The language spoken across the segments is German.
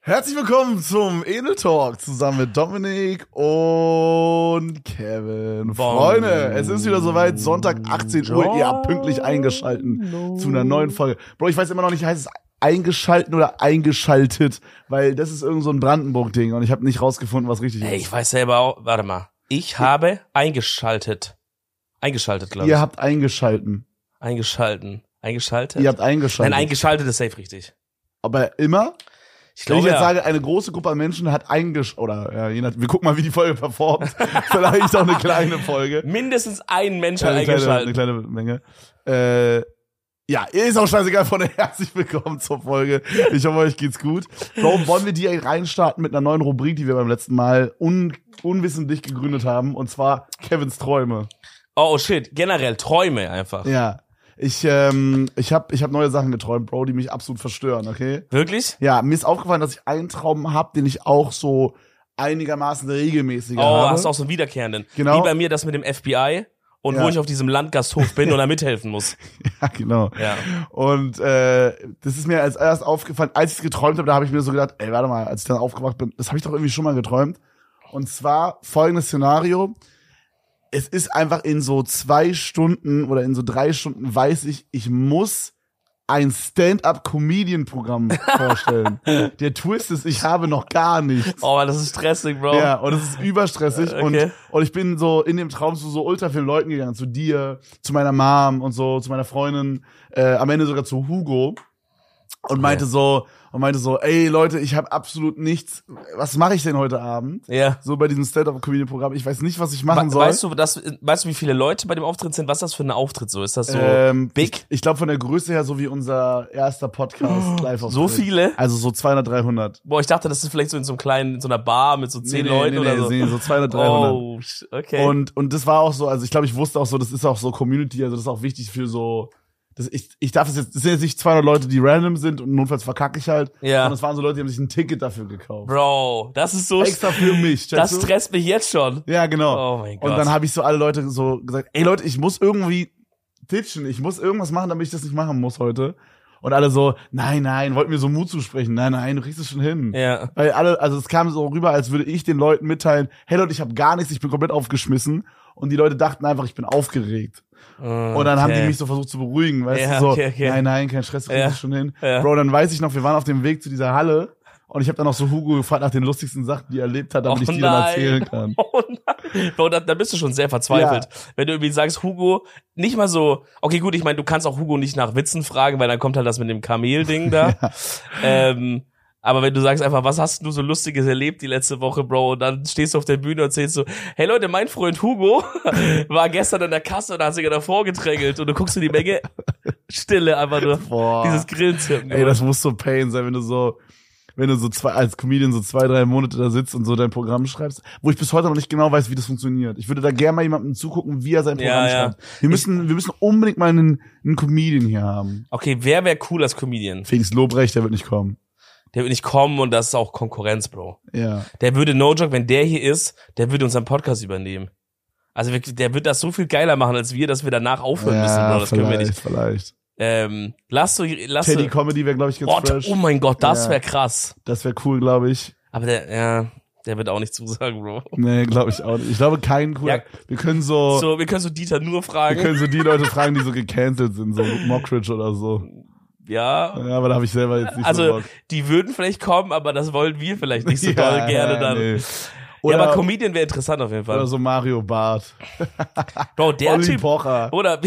Herzlich willkommen zum Edel Talk zusammen mit Dominik und Kevin. Freunde, es ist wieder soweit, Sonntag 18 Uhr, ihr habt pünktlich eingeschalten zu einer neuen Folge. Bro, ich weiß immer noch nicht, heißt es eingeschalten oder eingeschaltet, weil das ist irgend so ein Brandenburg-Ding und ich habe nicht rausgefunden, was richtig ist. Ich weiß selber auch, warte mal, ich habe eingeschaltet. Eingeschaltet, glaube ich. Ihr habt eingeschalten. Eingeschaltet? Ihr habt eingeschaltet. Nein, eingeschaltet ist safe richtig. Aber immer? Ich Wenn ich glaube, jetzt sage, eine große Gruppe an Menschen hat wir gucken mal, wie die Folge performt. Vielleicht auch eine kleine Folge. mindestens ein Mensch hat Eine eingeschaltet. kleine Menge. Ist auch scheißegal, von der herzlich willkommen zur Folge. Ich hoffe, euch geht's gut. Bro, wollen wir direkt reinstarten mit einer neuen Rubrik, die wir beim letzten Mal unwissentlich gegründet haben, und zwar Kevins Träume. Oh shit, generell Träume einfach. Ja. Ich hab neue Sachen geträumt, Bro, die mich absolut verstören, okay? Wirklich? Ja, mir ist aufgefallen, dass ich einen Traum habe, den ich auch so einigermaßen regelmäßig habe. Oh, hast du auch so einen wiederkehrenden. Genau. Wie bei mir das mit dem FBI und Ja. wo ich auf diesem Landgasthof bin und da mithelfen muss. Ja, genau. Ja. Und das ist mir als erst aufgefallen, als ich es geträumt habe, da habe ich mir so gedacht, ey, warte mal, als ich dann aufgewacht bin, das habe ich doch irgendwie schon mal geträumt. Und zwar folgendes Szenario: Es ist einfach in so 2 Stunden oder in so 3 Stunden weiß ich muss ein Stand-up-Comedian-Programm vorstellen. Der Twist ist, ich habe noch gar nichts. Oh, das ist stressig, Bro. Ja, und es ist überstressig. Okay. Und ich bin so in dem Traum zu so ultra vielen Leuten gegangen. Zu dir, zu meiner Mom und so, zu meiner Freundin, am Ende sogar zu Hugo. Und meinte so, ey Leute, ich habe absolut nichts. Was mache ich denn heute Abend? Ja. So bei diesem Stand-up-Comedy-Programm. Ich weiß nicht, was ich machen soll. Weißt du, wie viele Leute bei dem Auftritt sind? Was ist das für ein Auftritt so? Ist das so big? Ich glaube von der Größe her so wie unser erster Podcast live So viele? Also so 200, 300. Boah, ich dachte, das ist vielleicht so in so einer Bar mit so 10 Leuten oder so. Nee, so 200, 300. Oh, okay. Und das war auch so, also ich glaube, ich wusste auch so, das ist auch so Community, also das ist auch wichtig für so, ich darf es jetzt, das sind jetzt nicht 200 Leute, die random sind und notfalls verkacke ich halt, Ja. sondern es waren so Leute, die haben sich ein Ticket dafür gekauft. Bro, das ist so... Extra für mich, Das checkst du? stresst mich jetzt schon. Ja, genau. Oh mein Gott. Und dann habe ich so alle Leute so gesagt, ey Leute, ich muss irgendwie ditchen, ich muss irgendwas machen, damit ich das nicht machen muss heute. Und alle so, nein, wollten mir so Mut zusprechen. Nein, du kriegst es schon hin. Ja. Weil also es kam so rüber, als würde ich den Leuten mitteilen, hey Leute, ich habe gar nichts, ich bin komplett aufgeschmissen. Und die Leute dachten einfach, ich bin aufgeregt. Und dann haben die mich so versucht zu beruhigen, weißt Ja, du, so, okay. nein, kein Stress, du kriegst es schon hin. Ja. Bro, dann weiß ich noch, wir waren auf dem Weg zu dieser Halle und ich habe dann noch so Hugo gefragt nach den lustigsten Sachen, die er erlebt hat, damit ich die dann erzählen kann. Oh nein. Bro, da bist du schon sehr verzweifelt. Ja. Wenn du irgendwie sagst, Hugo, nicht mal so, okay gut, ich meine, du kannst auch Hugo nicht nach Witzen fragen, weil dann kommt halt das mit dem Kamel-Ding da. Aber wenn du sagst einfach, was hast du so Lustiges erlebt die letzte Woche, Bro, und dann stehst du auf der Bühne und erzählst so, hey Leute, mein Freund Hugo war gestern in der Kasse und hat sich davor gedrängelt und du guckst in die Menge, Stille einfach nur, Boah. dieses Grillenzirpen. Ey, das muss so Pain sein, wenn du so als Comedian so 2-3 Monate da sitzt und so dein Programm schreibst, wo ich bis heute noch nicht genau weiß, wie das funktioniert. Ich würde da gerne mal jemandem zugucken, wie er sein Programm Ja, ja. schreibt. Wir müssen unbedingt mal einen Comedian hier haben. Okay, wer wäre cool als Comedian? Felix Lobrecht, der wird nicht kommen. Der wird nicht kommen und das ist auch Konkurrenz, Bro. Ja. Der würde, no joke, wenn der hier ist, der würde unseren Podcast übernehmen. Also der wird das so viel geiler machen, als wir, dass wir danach aufhören müssen, Bro. Das können wir nicht. Vielleicht. Lass Teddy Comedy wäre, glaube ich, ganz fresh. Oh mein Gott, das Ja. wäre krass. Das wäre cool, glaube ich. Aber der wird auch nicht zusagen, Bro. Nee, glaube ich auch nicht. Ich glaube, kein cooler. Ja. Wir können so Dieter nur fragen. die Leute fragen, die so gecancelt sind, so Mockridge oder so. Ja. Ja, aber da habe ich selber jetzt nicht so Also, Bock. die würden vielleicht kommen, aber das wollen wir vielleicht nicht so Ja, doll gerne dann. nee. Ja, aber Comedian wäre interessant auf jeden Fall. Oder so Mario Barth. Bro, der Olli Typ. Pocher. Oder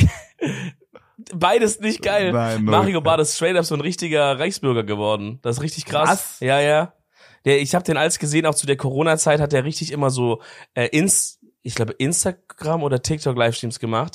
beides nicht geil. Nein, Mario Barth ist straight up so ein richtiger Reichsbürger geworden. Das ist richtig krass. Was? Ja. Ich habe den als gesehen, auch zu der Corona-Zeit hat der richtig immer so ich glaube Instagram oder TikTok Livestreams gemacht,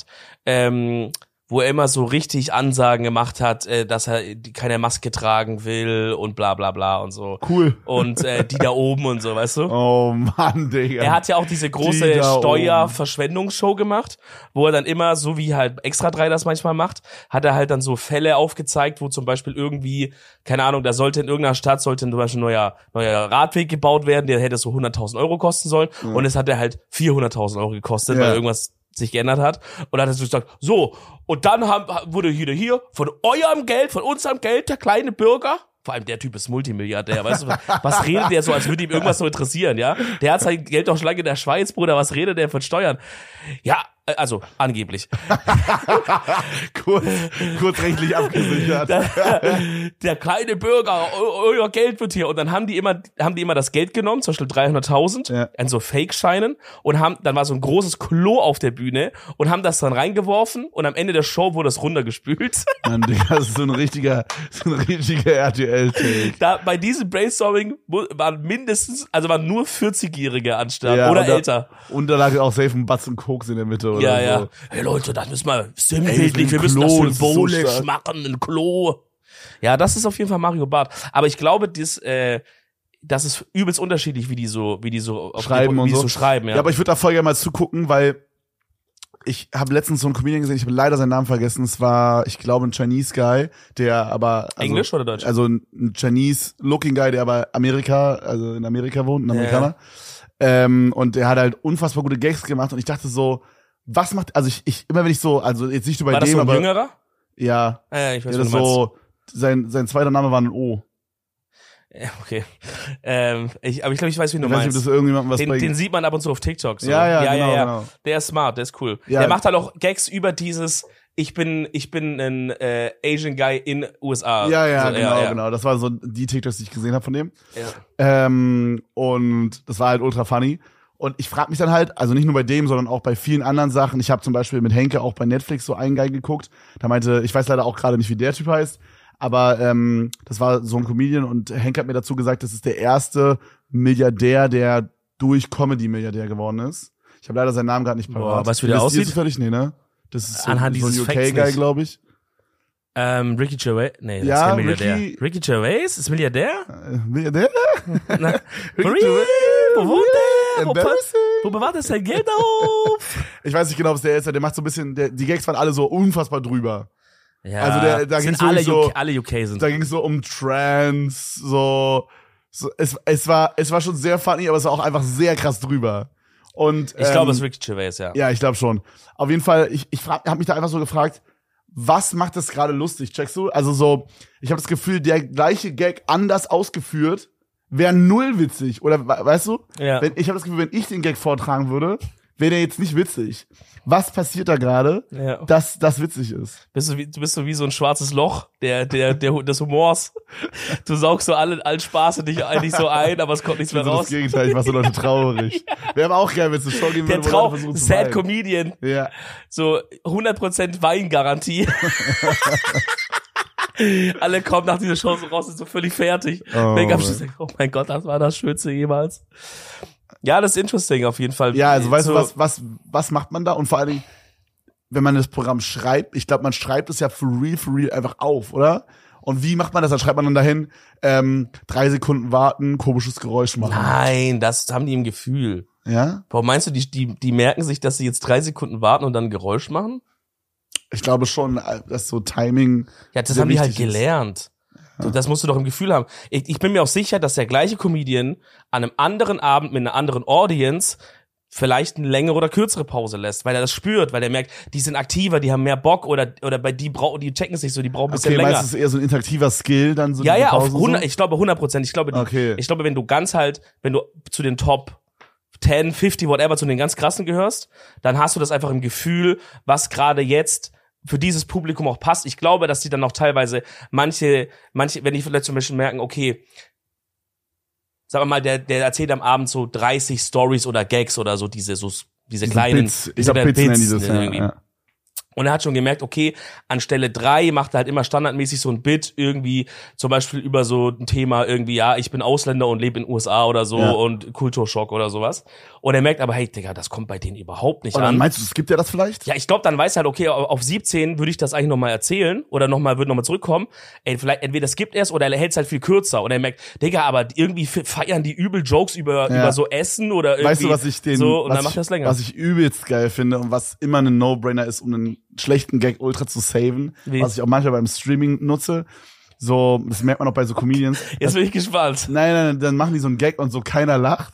wo er immer so richtig Ansagen gemacht hat, dass er keine Maske tragen will und bla bla bla und so. Cool. Und die da oben und so, weißt du? Oh Mann, Digga. Er hat ja auch diese große Die da Steuerverschwendungsshow gemacht, wo er dann immer, so wie halt Extra 3 das manchmal macht, hat er halt dann so Fälle aufgezeigt, wo zum Beispiel irgendwie, keine Ahnung, da sollte in irgendeiner Stadt zum Beispiel ein neuer Radweg gebaut werden, der hätte so 100.000 Euro kosten sollen und es hat er halt 400.000 Euro gekostet, weil irgendwas sich geändert hat. Und dann hat er so gesagt, so, und dann wurde hier von eurem Geld, von unserem Geld, der kleine Bürger, Vor allem der Typ ist Multimilliardär, weißt du, was redet der so, als würde ihm irgendwas so interessieren, ja? Der hat sein Geld doch schon lange in der Schweiz, Bruder, was redet der von Steuern? Ja, also angeblich. kurz rechtlich abgesichert. Der kleine Bürger, euer Geld wird hier. Und dann haben die immer das Geld genommen, zum Beispiel 300.000 an so Fake-Scheinen und dann war so ein großes Klo auf der Bühne und haben das dann reingeworfen und am Ende der Show wurde es runtergespült. Mann, Digga, das ist so ein richtiger RTL-Take. Da, bei diesem Brainstorming waren nur 40-Jährige an Start oder älter. Und da lag auch safe ein Batzen Koks in der Mitte oder ja. so. Hey Leute, das müssen wir sinnbildlich, wir müssen das symbolisch machen, ein Klo. Ja, das ist auf jeden Fall Mario Barth. Aber ich glaube, das ist übelst unterschiedlich, wie die so schreiben. Ja, aber ich würde da voll gerne mal zugucken, weil ich habe letztens so einen Comedian gesehen, ich habe leider seinen Namen vergessen. Es war, ich glaube, ein Chinese Guy, der aber Englisch oder Deutsch? Also ein Chinese-looking Guy, der aber in Amerika wohnt, ein Amerikaner. Und der hat halt unfassbar gute Gags gemacht und ich dachte so, was macht, also ich immer wenn ich so, also jetzt nicht nur bei war dem, das so ein aber Jüngerer? Ja. Ich weiß, ja, das so sein zweiter Name war ein O. Ja, okay. Aber ich glaube, ich weiß, wie du meinst. Ich weiß nicht, ob das irgendjemandem was den sieht man ab und zu auf TikTok. So. Ja, genau. Der ist smart, der ist cool. Ja. Der macht halt auch Gags über dieses ich bin ein Asian Guy in USA. Ja, genau. Das war so die TikToks, die ich gesehen habe von dem. Ja. Und das war halt ultra funny. Und ich frage mich dann halt, also nicht nur bei dem, sondern auch bei vielen anderen Sachen. Ich habe zum Beispiel mit Henke auch bei Netflix so einen Guy geguckt. Da meinte, ich weiß leider auch gerade nicht, wie der Typ heißt, aber das war so ein Comedian und Henke hat mir dazu gesagt, das ist der erste Milliardär, der durch Comedy Milliardär geworden ist. Ich habe leider seinen Namen gerade nicht parat. Weißt du, wie der aussieht? Zufällig? Nee, ne? Das ist so, anhand so ein dieses UK-Guy, glaube ich. Ricky Gervais? Nee, das Ja, ist kein Milliardär. Ricky Gervais ist Milliardär? Milliardär? Ricky Gervais? Wo wohnt der? Wo bewahrt er sein Geld auf? Ich weiß nicht genau, was der ist. Der macht so ein bisschen, die Gags waren alle so unfassbar drüber. Ja, also da ging alle UK sind. Da ging es so um Trans, so es war schon sehr funny, aber es war auch einfach sehr krass drüber. Und ich glaube, es ist Ricky Gervais, ja. Ja, ich glaube schon. Auf jeden Fall, ich habe mich da einfach so gefragt, was macht das gerade lustig, checkst du? Also so, ich habe das Gefühl, der gleiche Gag anders ausgeführt wäre null witzig. Oder weißt du? Ja. Ich habe das Gefühl, wenn ich den Gag vortragen würde, wäre der jetzt nicht witzig. Was passiert da gerade, dass das witzig ist? Du bist so wie so ein schwarzes Loch des Humors. Du saugst so allen Spaß in dich eigentlich so ein, aber es kommt nichts mehr raus. Das Gegenteil, ich war so Leute traurig. Wäre aber auch geil, wenn es eine Show geben würde, wo Leute versuchen zu Sad weinen. Comedian. Ja. So 100% Weingarantie. Alle kommen nach dieser Show so raus, sind so völlig fertig. Oh mein Gott, das war das Schönste jemals. Ja, das ist interesting auf jeden Fall. Ja, also weißt du, was macht man da? Und vor allen Dingen, wenn man das Programm schreibt, ich glaube, man schreibt es ja for real einfach auf, oder? Und wie macht man das? Dann schreibt man dann dahin, 3 Sekunden warten, komisches Geräusch machen. Nein, das haben die im Gefühl. Ja? Warum meinst du, die merken sich, dass sie jetzt 3 Sekunden warten und dann ein Geräusch machen? Ich glaube schon, dass so Timing. Ja, das haben die halt gelernt. Ja. Das musst du doch im Gefühl haben. Ich bin mir auch sicher, dass der gleiche Comedian an einem anderen Abend mit einer anderen Audience vielleicht eine längere oder kürzere Pause lässt, weil er das spürt, weil er merkt, die sind aktiver, die haben mehr Bock oder bei die checken sich so, die brauchen ein bisschen länger. Meinst du, es ist eher so ein interaktiver Skill dann so? Ja, auf 100, ich glaube 100%. Ich glaube, wenn du wenn du zu den Top 10, 50, whatever, zu den ganz krassen gehörst, dann hast du das einfach im Gefühl, was gerade jetzt für dieses Publikum auch passt. Ich glaube, dass die dann auch teilweise manche, wenn die vielleicht zum Beispiel merken, okay, sagen wir mal, der erzählt am Abend so 30 Stories oder Gags oder so, diese kleinen Bits. Ich glaube, Bits nennen dieses, ja. Und er hat schon gemerkt, okay, an Stelle 3 macht er halt immer standardmäßig so ein Bit irgendwie, zum Beispiel über so ein Thema irgendwie, ja, ich bin Ausländer und lebe in den USA oder so und Kulturschock oder sowas. Und er merkt aber, hey, Digga, das kommt bei denen überhaupt nicht an. Meinst du, es gibt ja das vielleicht? Ja, ich glaube, dann weiß er halt, okay, auf 17 würde ich das eigentlich nochmal erzählen oder würde nochmal zurückkommen. Ey, vielleicht, entweder skippt er es oder er hält es halt viel kürzer. Und er merkt, Digga, aber irgendwie feiern die übel Jokes über so Essen oder irgendwie. Weißt du, was ich und dann macht er es länger. Was ich übelst geil finde und was immer ein No-Brainer ist, um einen schlechten Gag ultra zu saven, was ich auch manchmal beim Streaming nutze. So, das merkt man auch bei so Comedians. Jetzt bin ich gespannt. Nein, dann machen die so einen Gag und so keiner lacht.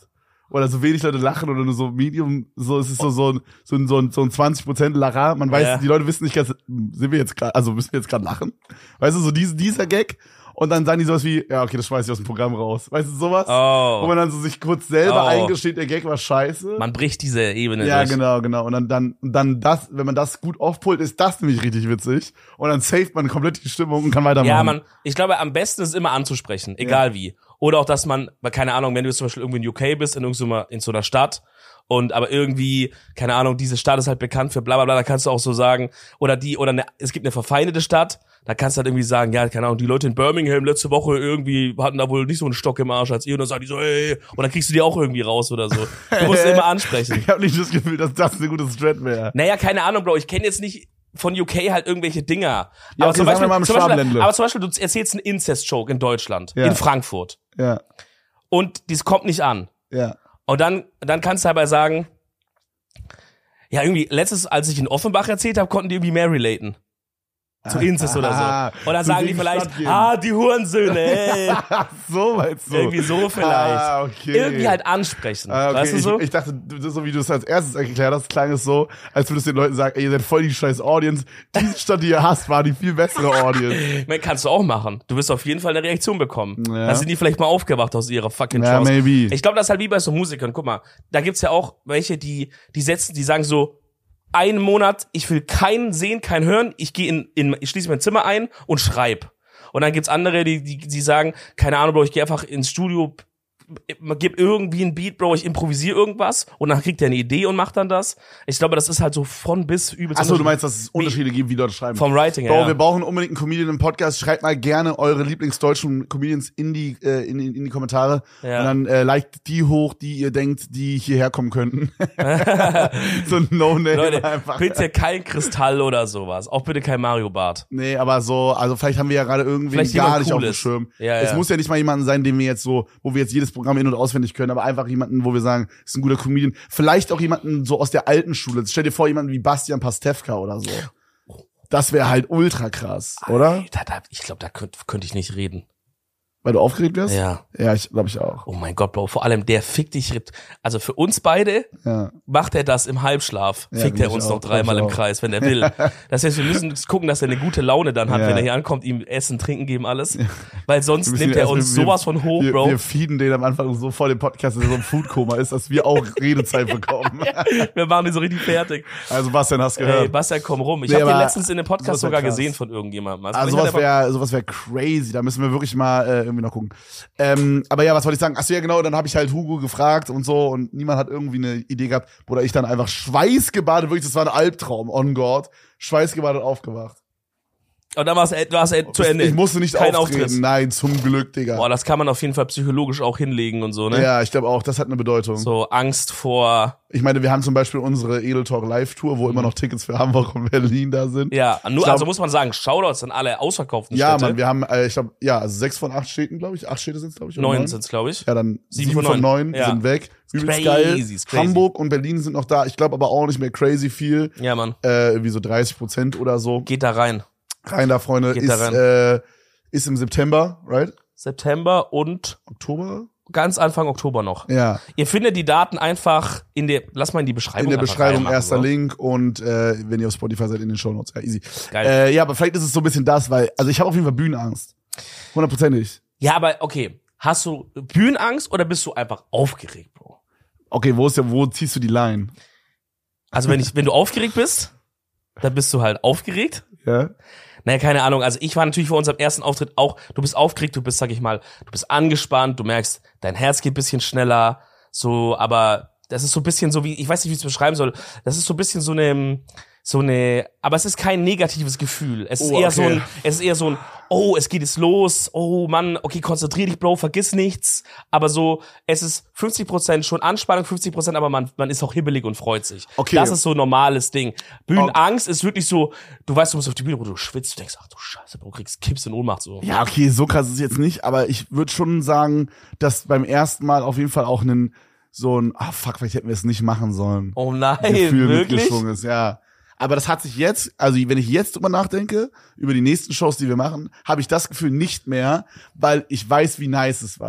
oder so wenig Leute lachen oder nur so Medium, so es ist so ein 20% Lacher. Man weiß, die Leute wissen nicht ganz, müssen wir jetzt gerade lachen? Weißt du, so dieser Gag. Und dann sagen die sowas wie, ja, okay, das schmeiß ich aus dem Programm raus. Weißt du, sowas? Wo man dann so sich kurz selber eingesteht, der Gag war scheiße. Man bricht diese Ebene ja, durch. Genau. Und dann das, wenn man das gut aufpult, ist das nämlich richtig witzig. Und dann saved man komplett die Stimmung und kann weitermachen. Ja, ich glaube, am besten ist immer anzusprechen, egal wie. Oder auch, dass man, keine Ahnung, wenn du jetzt zum Beispiel irgendwo in UK bist, in so einer Stadt, aber irgendwie, keine Ahnung, diese Stadt ist halt bekannt für bla bla bla, da kannst du auch so sagen, es gibt eine verfeindete Stadt, da kannst du halt irgendwie sagen, ja, keine Ahnung, die Leute in Birmingham letzte Woche irgendwie hatten da wohl nicht so einen Stock im Arsch als ihr, und dann sagen die so, ey, und dann kriegst du die auch irgendwie raus oder so. Du musst immer ansprechen. Ich habe nicht das Gefühl, dass das eine gute Strat wäre. Naja, keine Ahnung, Bro, ich kenne jetzt nicht von UK halt irgendwelche Dinger. Ja, okay, sagen wir mal im Schwabenländle. Aber zum Beispiel, du erzählst einen Incest-Joke in Deutschland, in Frankfurt. Ja. Und dies kommt nicht an. Ja. Und dann kannst du dabei sagen, ja, irgendwie, letztes, als ich in Offenbach erzählt habe, konnten die irgendwie mehr relaten. Zu Incest oder so. Und dann sagen die vielleicht, die Hurensöhne, ey. So meinst du? Irgendwie so vielleicht. Okay. Irgendwie halt ansprechen. Okay. Weißt du so? Ich dachte, so wie du es als erstes erklärt hast, klang es so, als würdest du den Leuten sagen, ey, ihr seid voll die scheiß Audience. Diese Stadt, die ihr hasst, war die viel bessere Audience. Ich meine, kannst du auch machen. Du wirst auf jeden Fall eine Reaktion bekommen. Ja. Da sind die vielleicht mal aufgewacht aus ihrer fucking Ja, Chance. maybe. Ich glaube, das ist halt wie bei so Musikern. Guck mal, da gibt's ja auch welche, die sagen so, einen Monat, ich will keinen sehen, keinen hören, ich schließe mein Zimmer ein und schreib. Und dann gibt's andere, die sagen, keine Ahnung, Bro, ich gehe einfach ins Studio, gib irgendwie ein Beat, Bro, ich improvisiere irgendwas und dann kriegt er eine Idee und macht dann das. Ich glaube, das ist halt so von bis übelst. Achso, du meinst, dass es Unterschiede gibt, wie Leute schreiben. Vom Writing, Bro, ja. wir brauchen unbedingt einen Comedian im Podcast. Schreibt mal gerne eure Lieblingsdeutschen Comedians in die Kommentare. Ja. Und dann liked die hoch, die ihr denkt, die hierher kommen könnten. So ein No-Name Leute, einfach. bitte kein Kristall oder sowas. Auch bitte kein Mario Bart. Nee, aber so, also vielleicht haben wir ja gerade irgendwie Vielleicht gar jemand nicht auf dem Cooles. Schirm. Ja, es ja. muss ja nicht mal jemanden sein, den wir jetzt so, wo wir jetzt jedes Programm in- und auswendig können, aber einfach jemanden, wo wir sagen, ist ein guter Comedian. Vielleicht auch jemanden so aus der alten Schule. Stell dir vor, jemanden wie Bastian Pastewka oder so. Das wäre halt ultra krass, oder? Ich glaube, da könnte ich nicht reden. Weil du aufgeregt wirst? Ja. Ja, ich glaube ich auch. Oh mein Gott, Bro, vor allem der fickt dich. Also für uns beide Ja. macht er das im Halbschlaf. Ja, Fickt bin er ich uns auch, noch dreimal glaub im ich auch. Kreis, wenn er will. Das heißt, wir müssen gucken, dass er eine gute Laune dann hat, Ja. wenn er hier ankommt, ihm Essen, Trinken geben, alles. Weil sonst Wir nimmt müssen er uns sowas von hoch, Bro. Wir feeden den am Anfang so vor dem Podcast, dass er so ein Foodkoma ist, dass wir auch Redezeit bekommen. Wir machen die so richtig fertig. Also Bastian, hast Ey, gehört. Bastian, komm rum. Ich Nee, habe den aber letztens in dem Podcast sowas wär sogar krass. gesehen von irgendjemandem. Also sowas wär crazy, da müssen wir wirklich mal irgendwie noch gucken. Aber ja, was wollte ich sagen? Achso, ja genau, dann habe ich halt Hugo gefragt und so und niemand hat irgendwie eine Idee gehabt. Oder ich dann einfach schweißgebadet, wirklich, das war ein Albtraum, on God. Schweißgebadet aufgewacht. Und dann war es zu Ende. Ich musste nicht Kein auftreten. Auftritt. Nein, zum Glück, Digga. Boah, das kann man auf jeden Fall psychologisch auch hinlegen und so, ne? Ja, ich glaube auch, das hat eine Bedeutung. So Angst vor, Ich meine, wir haben zum Beispiel unsere Edel Talk Live-Tour, wo immer noch Tickets für Hamburg und Berlin da sind. ja, nur, glaub- also muss man sagen, Shoutouts an alle ausverkauften Ja, Städte. Mann, wir haben, ich glaube, ja, also 6 von 8 Städten, glaube ich. 8 Städte sind es, glaube ich. oder 9 sind's, glaube ich. Ja, dann 7 7 von von 9 ja. sind weg. Übelst Crazy, geil. ist crazy. Hamburg und Berlin sind noch da. Ich glaube aber auch nicht mehr crazy viel. Ja, Mann. Irgendwie so 30% oder so. Geht da rein. Rein da, Freunde. Geht da Ist im September, right? September und Oktober? ganz Anfang Oktober noch. Ja. Ihr findet die Daten einfach lass mal in die Beschreibung In der einfach Beschreibung reinmachen, erster so. Link und wenn ihr auf Spotify seid, in den Shownotes. Ja, easy. Geil. Ja, aber vielleicht ist es so ein bisschen das, weil, also ich habe auf jeden Fall Bühnenangst. 100%ig. Ja, aber okay. Hast du Bühnenangst oder bist du einfach aufgeregt, Bro? Okay, wo ziehst du die Line? Also wenn du aufgeregt bist, dann bist du halt aufgeregt. Ja? Naja, keine Ahnung. Also ich war natürlich vor unserem ersten Auftritt auch, du bist aufgeregt, du bist, sag ich mal, du bist angespannt, du merkst, dein Herz geht ein bisschen schneller, so, aber das ist so ein bisschen so wie, ich weiß nicht, wie ich es beschreiben soll, das ist so ein bisschen so eine, aber es ist kein negatives Gefühl. Es ist Oh, okay. eher so ein, oh, es geht jetzt los, oh Mann, okay, konzentrier dich, Bro, vergiss nichts. Aber so, es ist 50% schon Anspannung, 50%, aber man ist auch hibbelig und freut sich. Okay. Das ist so ein normales Ding. Bühnenangst ist wirklich so, du weißt, du musst auf die Bühne, wo du schwitzt, du denkst, ach du Scheiße, Bro, kippst in Ohnmacht so. Ja, okay, so krass ist es jetzt nicht, aber ich würde schon sagen, dass beim ersten Mal auf jeden Fall auch fuck, vielleicht hätten wir es nicht machen sollen. Oh nein, Gefühl wirklich? mitgeschwungen ist, ja. Aber das hat sich jetzt, also wenn ich jetzt drüber nachdenke, über die nächsten Shows, die wir machen, habe ich das Gefühl nicht mehr, weil ich weiß, wie nice es war.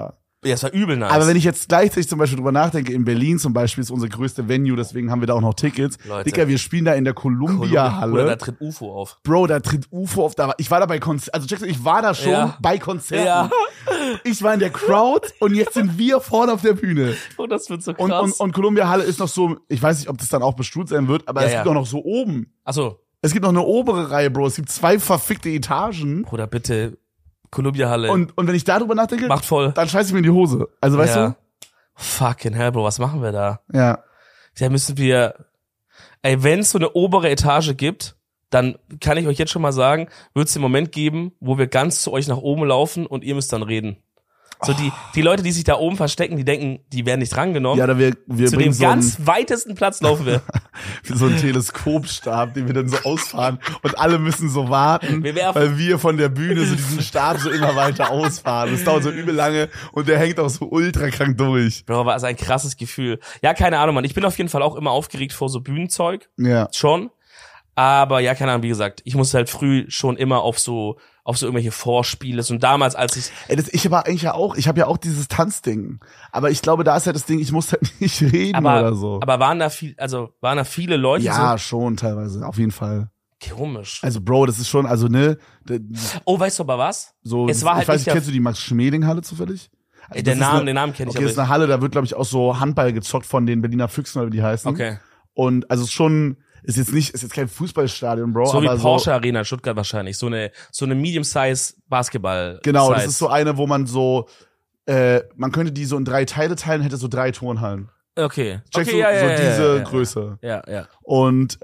Ja, es war übel nice. Aber wenn ich jetzt gleichzeitig zum Beispiel drüber nachdenke, in Berlin zum Beispiel ist unsere größte Venue, deswegen haben wir da auch noch Tickets. Leute. Digga, wir spielen da in der Columbia-Halle. Oder da tritt UFO auf. Bro, da tritt UFO auf. Ich war da bei Konzerten, also checkst du, ich war da schon bei Konzerten. Ja. Ich war in der Crowd und jetzt sind wir vorne auf der Bühne. Oh, das wird so krass. Und Columbia-Halle ist noch so, ich weiß nicht, ob das dann auch bestuhlt sein wird, aber es gibt auch noch so oben. Ach so. Es gibt noch eine obere Reihe, Bro. Es gibt 2 verfickte Etagen. Bruder, bitte. Columbia-Halle. Und wenn ich darüber nachdenke, macht voll. Dann scheiß ich mir in die Hose. Also, weißt du? Fucking hell, Bro, was machen wir da? Ja. Da müssen wir, wenn es so eine obere Etage gibt, dann kann ich euch jetzt schon mal sagen, wird es den Moment geben, wo wir ganz zu euch nach oben laufen und ihr müsst dann reden. So die Leute, die sich da oben verstecken, die denken, die werden nicht drangenommen. Ja, da wir zu dem ganz weitesten Platz laufen wir. Für so einen Teleskopstab, den wir dann so ausfahren und alle müssen so warten, weil wir von der Bühne so diesen Stab so immer weiter ausfahren. Das dauert so übel lange und der hängt auch so ultra krank durch. Bro, war also ein krasses Gefühl. Ja, keine Ahnung, Mann. Ich bin auf jeden Fall auch immer aufgeregt vor so Bühnenzeug. Ja. Schon. Aber ja, keine Ahnung, wie gesagt, ich musste halt früh schon immer auf so irgendwelche Vorspiele. Und damals, als ich habe ja auch dieses Tanzding. Aber ich glaube, da ist halt das Ding, ich muss halt nicht reden oder so. Aber waren da viele Leute? Ja, schon teilweise, auf jeden Fall. Komisch. Also, Bro, das ist schon, also, ne. Oh, weißt du aber was? So, es war ich weiß nicht, kennst du die Max-Schmeling-Halle zufällig? Also den Namen kenne ich aber. Okay, das ist eine Halle, da wird, glaube ich, auch so Handball gezockt von den Berliner Füchsen, oder wie die heißen. Okay. Und also ist jetzt kein Fußballstadion, Bro. So aber wie Porsche Arena in Stuttgart wahrscheinlich. So eine Medium-Size Basketball. Genau, das ist so eine, wo man so, man könnte die so in 3 Teile teilen, hätte so 3 Turnhallen. Okay. Checkst okay, du? Diese Größe. Ja. Und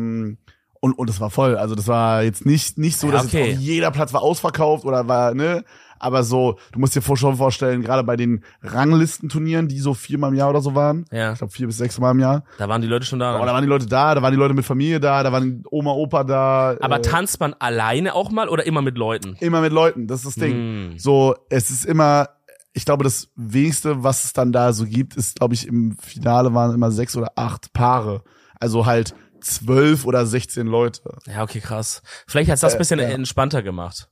das war voll. Also das war jetzt nicht so, dass jetzt auch jeder Platz war ausverkauft oder war, ne? Aber so, du musst dir schon vorstellen, gerade bei den Ranglistenturnieren, die so 4-mal im Jahr oder so waren. Ja. Ich glaube 4 bis 6-mal im Jahr. Da waren die Leute schon da. Da waren die Leute da waren die Leute mit Familie da waren Oma, Opa da. Aber tanzt man alleine auch mal oder immer mit Leuten? Immer mit Leuten, das ist das Ding. So, es ist immer, ich glaube, das Wenigste, was es dann da so gibt, ist, glaube ich, im Finale waren immer 6 oder 8 Paare. Also halt 12 oder 16 Leute. Ja, okay, krass. Vielleicht hat's das ein bisschen entspannter gemacht.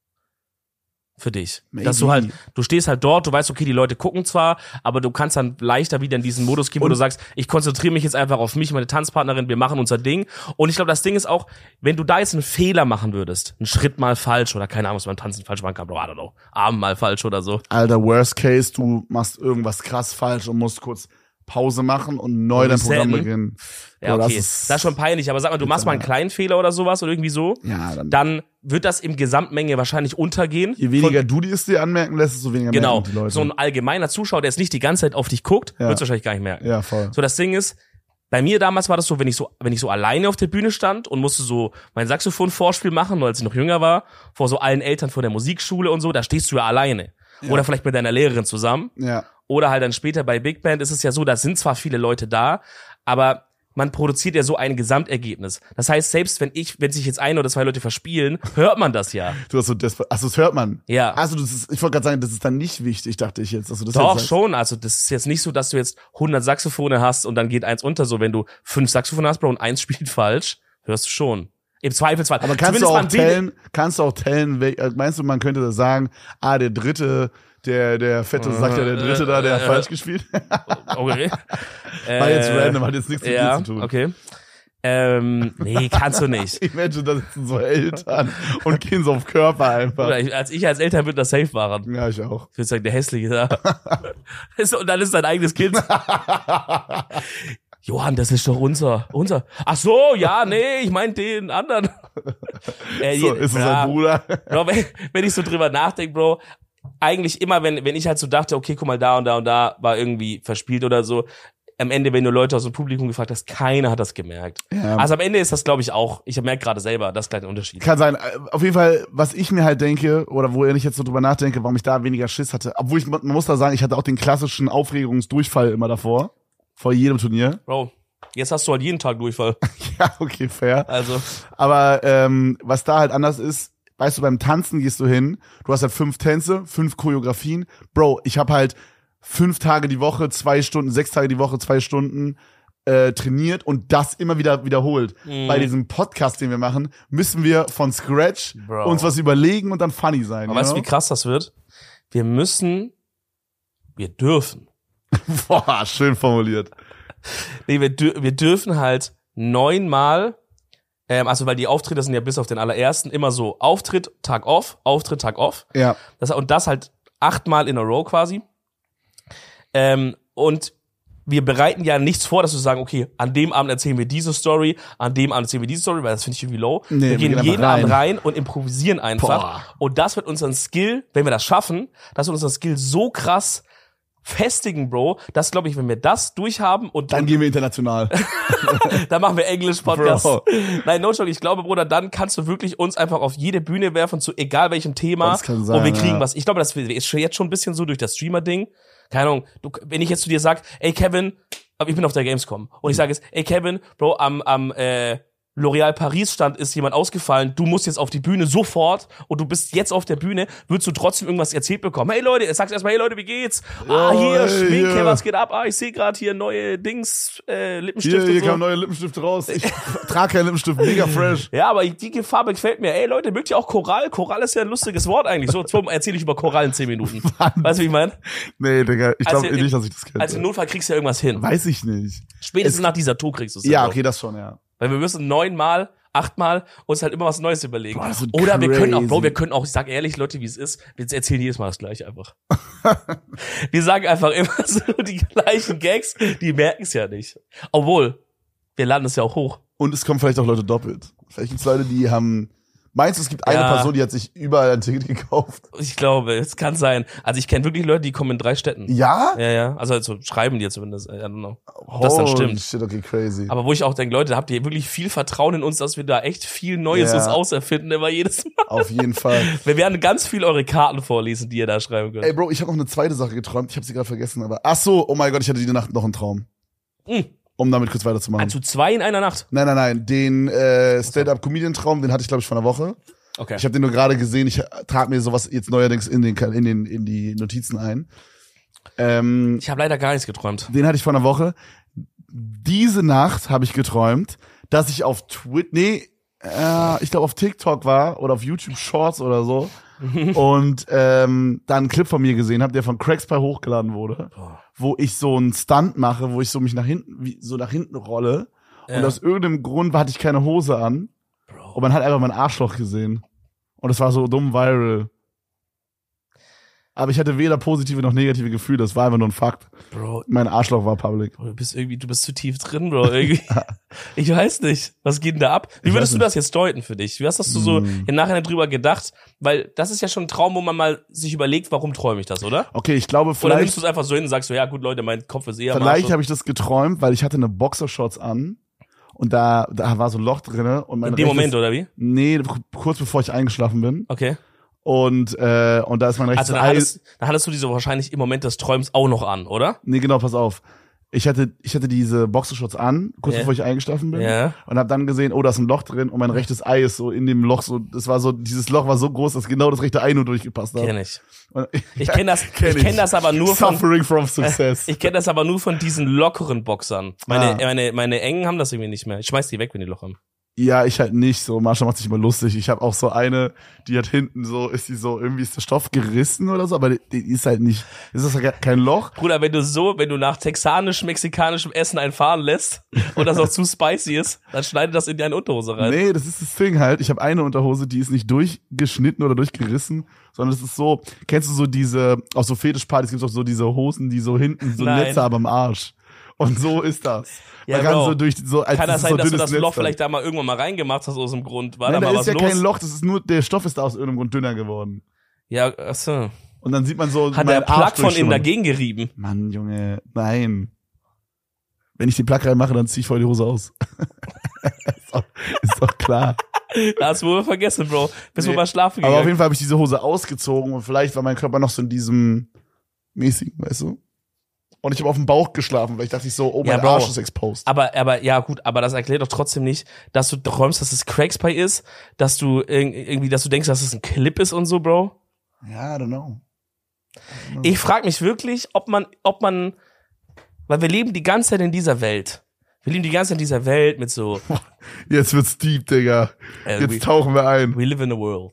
Für dich. Maybe. Dass du stehst halt dort, du weißt, okay, die Leute gucken zwar, aber du kannst dann leichter wieder in diesen Modus gehen, wo du sagst, ich konzentriere mich jetzt einfach auf mich, meine Tanzpartnerin, wir machen unser Ding. Und ich glaube, das Ding ist auch, wenn du da jetzt einen Fehler machen würdest, einen Schritt mal falsch oder keine Ahnung, was beim Tanzen falsch machen kann, I don't know, Arm mal falsch oder so. Alter, worst case, du machst irgendwas krass falsch und musst kurz Pause machen und neu dein Programm beginnen. Ja, okay. Das ist schon peinlich, aber sag mal, du machst mal einen kleinen Fehler oder sowas oder irgendwie so, dann wird das im Gesamtmenge wahrscheinlich untergehen. Je weniger du es dir anmerken lässt, desto weniger merken die Leute. So ein allgemeiner Zuschauer, der jetzt nicht die ganze Zeit auf dich guckt, wird es wahrscheinlich gar nicht merken. Ja, voll. So, das Ding ist, bei mir damals war das so, wenn ich so alleine auf der Bühne stand und musste so mein Saxophon-Vorspiel machen, als ich noch jünger war, vor so allen Eltern vor der Musikschule und so, da stehst du ja alleine. Ja. Oder vielleicht mit deiner Lehrerin zusammen. Ja. Oder halt dann später bei Big Band ist es ja so, da sind zwar viele Leute da, aber man produziert ja so ein Gesamtergebnis. Das heißt, selbst wenn sich jetzt 1 oder 2 Leute verspielen, hört man das ja. Du hast so das hört man. Ja. Also ich wollte gerade sagen, das ist dann nicht wichtig, dachte ich jetzt. Also das Doch, schon. Also das ist jetzt nicht so, dass du jetzt 100 Saxophone hast und dann geht 1 unter. So, wenn du 5 Saxophone hast, Bro, und 1 spielt falsch, hörst du schon. Im Zweifelsfall. Aber kannst du auch tellen, meinst du, man könnte das sagen, der Dritte, der Fette sagt ja, der Dritte da, der hat falsch gespielt. Okay. War jetzt random, hat jetzt nichts mit dir zu tun. Okay. Nee, kannst du nicht. Ich imagine, da sitzen so Eltern und gehen so auf Körper einfach. Oder als Eltern würde das safe machen. Ja, ich auch. Ich würde sagen, der Hässliche da. Und dann ist dein eigenes Kind. Johann, das ist doch unser. Ach so, ja, nee, ich mein den anderen. So, ist es sein Bruder? Bro, wenn ich so drüber nachdenke, Bro, eigentlich immer, wenn ich halt so dachte, okay, guck mal, da und da und da war irgendwie verspielt oder so, am Ende, wenn du Leute aus dem Publikum gefragt hast, keiner hat das gemerkt. Ja. Also am Ende ist das, glaube ich, auch, ich merke gerade selber, das ist gleich ein Unterschied. Kann sein. Auf jeden Fall, was ich mir halt denke, oder wo ich jetzt so drüber nachdenke, warum ich da weniger Schiss hatte, obwohl man muss da sagen, ich hatte auch den klassischen Aufregungsdurchfall immer davor. Vor jedem Turnier. Bro, jetzt hast du halt jeden Tag Durchfall. Ja, okay, fair. Also. Aber was da halt anders ist, weißt du, beim Tanzen gehst du hin, du hast halt 5 Tänze, 5 Choreografien. Bro, ich habe halt 5 Tage die Woche, 2 Stunden, 6 Tage die Woche, 2 Stunden trainiert und das immer wieder wiederholt. Bei diesem Podcast, den wir machen, müssen wir von Scratch uns was überlegen und dann funny sein. Aber weißt du, wie krass das wird? Wir müssen wir dürfen. Boah, schön formuliert. Nee, wir dürfen halt 9-mal, also weil die Auftritte sind ja bis auf den allerersten immer so Auftritt, Tag off, Auftritt, Tag off. Ja. Und das halt 8-mal in a row quasi. Und wir bereiten ja nichts vor, dass wir sagen, okay, an dem Abend erzählen wir diese Story, an dem Abend erzählen wir diese Story, weil das finde ich irgendwie low. Nee, wir gehen jeden rein. Abend rein und improvisieren einfach. Boah. Und das wird unseren Skill, wenn wir das schaffen, das wird unseren Skill so krass festigen, Bro, dass, glaube ich, wenn wir das durchhaben und Dann gehen wir international. dann machen wir Englisch-Podcast. Bro. Nein, no joke, ich glaube, Bruder, dann kannst du wirklich uns einfach auf jede Bühne werfen, zu egal welchem Thema. Das kann sein, und wir kriegen ja. was. Ich glaube, das ist jetzt schon ein bisschen so durch das Streamer-Ding. Keine Ahnung, wenn ich jetzt zu dir sag, ey Kevin, aber ich bin auf der Gamescom und ich sage jetzt, ey Kevin, Bro, am L'Oréal Paris Stand ist jemand ausgefallen, du musst jetzt auf die Bühne sofort und du bist jetzt auf der Bühne, würdest du trotzdem irgendwas erzählt bekommen. Hey Leute, sagst erstmal, hey Leute, wie geht's? Hier, hey, Schminke, hier. was geht ab? Ich sehe gerade hier neue Dings, Lippenstifte Hier und so. kamen neue Lippenstift raus. Ich trage keinen Lippenstift, mega fresh. Ja, aber die Farbe gefällt mir. Ey Leute, mögt ihr auch Korall? Korall ist ja ein lustiges Wort eigentlich. So, erzähle ich über Korall in 10 Minuten. Weißt du, wie ich meine? Nee, Digga, ich glaube Also, nicht, dass ich das kenne. Also im Notfall kriegst du ja irgendwas hin. Weiß ich nicht. Spätestens nach dieser Tour kriegst du es. Ja, okay, das schon, ja. Weil wir müssen 9-mal, 8-mal uns halt immer was Neues überlegen. Boah, das wird Oder wir können auch, crazy. Bro, wir können auch, ich sag ehrlich, Leute, wie es ist, wir erzählen jedes Mal das Gleiche einfach. Wir sagen einfach immer so die gleichen Gags, die merken es ja nicht. Obwohl, wir laden es ja auch hoch. Und es kommen vielleicht auch Leute doppelt. Vielleicht gibt's Leute, die haben. Meinst du, es gibt eine Ja. Person, die hat sich überall ein Ticket gekauft? Ich glaube, es kann sein. Also ich kenne wirklich Leute, die kommen in 3 Städten. Ja? Ja. Also schreiben die jetzt zumindest. I don't know. Ob das dann stimmt. Shit, okay, crazy. Aber wo ich auch denke, Leute, habt ihr wirklich viel Vertrauen in uns, dass wir da echt viel Neues Ja. uns auserfinden, immer jedes Mal. Auf jeden Fall. Wir werden ganz viel eure Karten vorlesen, die ihr da schreiben könnt. Ey, Bro, ich habe noch eine zweite Sache geträumt. Ich habe sie gerade vergessen, aber. Ach so, oh mein Gott, ich hatte die Nacht noch einen Traum. Um damit kurz weiterzumachen. Also 2 in einer Nacht. Nein. Den Stand-Up-Comedian-Traum, den hatte ich, glaube ich, vor einer Woche. Okay. Ich habe den nur gerade gesehen. Ich trage mir sowas jetzt neuerdings in die Notizen ein. Ich habe leider gar nichts geträumt. Den hatte ich vor einer Woche. Diese Nacht habe ich geträumt, dass ich auf ich glaube auf TikTok war oder auf YouTube Shorts oder so und dann einen Clip von mir gesehen habe, der von Crackspy hochgeladen wurde, wo ich so einen Stunt mache, wo ich so mich nach hinten rolle und aus irgendeinem Grund hatte ich keine Hose an und man hat einfach mein Arschloch gesehen und es war so dumm viral. Aber ich hatte weder positive noch negative Gefühle, das war einfach nur ein Fakt. Bro, Mein Arschloch war public. du bist zu tief drin, Bro, irgendwie. Ich weiß nicht. Was geht denn da ab? Wie würdest du das jetzt deuten für dich? Wie hast du so im Nachhinein drüber gedacht? Weil das ist ja schon ein Traum, wo man mal sich überlegt, warum träume ich das, oder? Okay, ich glaube Oder vielleicht. nimmst du es einfach so hin und sagst so, ja gut, Leute, mein Kopf ist eher am Vielleicht Arsch. habe ich das geträumt, weil ich hatte eine Boxershorts an und da war so ein Loch drinne und mein In dem rechtes- Moment, oder wie? Nee, kurz bevor ich eingeschlafen bin Okay. und da ist mein rechtes Also Ei. dann hattest du diese wahrscheinlich im Moment des Träums auch noch an, oder? Nee, genau, pass auf. Ich hatte diese Boxershorts an, kurz Ja. bevor ich eingeschlafen bin Ja. und habe dann gesehen, oh, da ist ein Loch drin und mein rechtes Ei ist so in dem Loch so, dieses Loch war so groß, dass genau das rechte Ei nur durchgepasst hat. Kenn ich. Und- Ich kenne das, Kenn ich kenn das aber nur von, Suffering from success. ich kenne das aber nur von diesen lockeren Boxern. Meine engen haben das irgendwie nicht mehr. Ich schmeiß die weg, wenn die Loch haben. Ja, ich halt nicht so. Marsha macht sich immer lustig. Ich habe auch so eine, die hat hinten so, irgendwie ist der Stoff gerissen oder so, aber die ist halt nicht, ist das halt kein Loch. Bruder, wenn du nach texanisch-mexikanischem Essen einen fahren lässt und das auch zu spicy ist, dann schneidet das in deine Unterhose rein. Nee, das ist das Ding halt. Ich habe eine Unterhose, die ist nicht durchgeschnitten oder durchgerissen, sondern es ist so, kennst du so auf so Fetischpartys gibt's auch so diese Hosen, die so hinten so Nein. Netze haben am Arsch. Und so ist das. Ja, Man kann Bro. so durch so als Kann das ist sein, so dass du dünnes das Netz Loch dann. vielleicht da mal irgendwann mal reingemacht hast aus dem Grund? War Nein, da da mal ist was ja los? kein Loch, das ist nur, der Stoff ist da aus irgendeinem Grund dünner geworden. Ja, achso. Und dann sieht man so Hat meinen der Plug Arsch von innen durchschimmern. dagegen gerieben? Mann, Junge, nein. Wenn ich den Plug reinmache, dann zieh ich voll die Hose aus. ist doch klar. Da hast du wohl vergessen, Bro. Bist Nee. wohl mal schlafen Aber auf gegangen. jeden Fall habe ich diese Hose ausgezogen und vielleicht war mein Körper noch so in diesem mäßigen, weißt du? Und ich habe auf dem Bauch geschlafen, weil ich dachte so, oh, Ja, mein Bro. Arsch ist exposed. Aber ja gut, aber das erklärt doch trotzdem nicht, dass du träumst, dass es Crackspy ist, dass du irgendwie, dass du denkst, dass es ein Clip ist und so, Bro. Ja, I don't know. Ich frage mich wirklich, ob man, weil wir leben die ganze Zeit in dieser Welt. Wir leben die ganze Zeit in dieser Welt mit so, Jetzt wird's deep, Digga. Jetzt tauchen wir ein. we live in a world.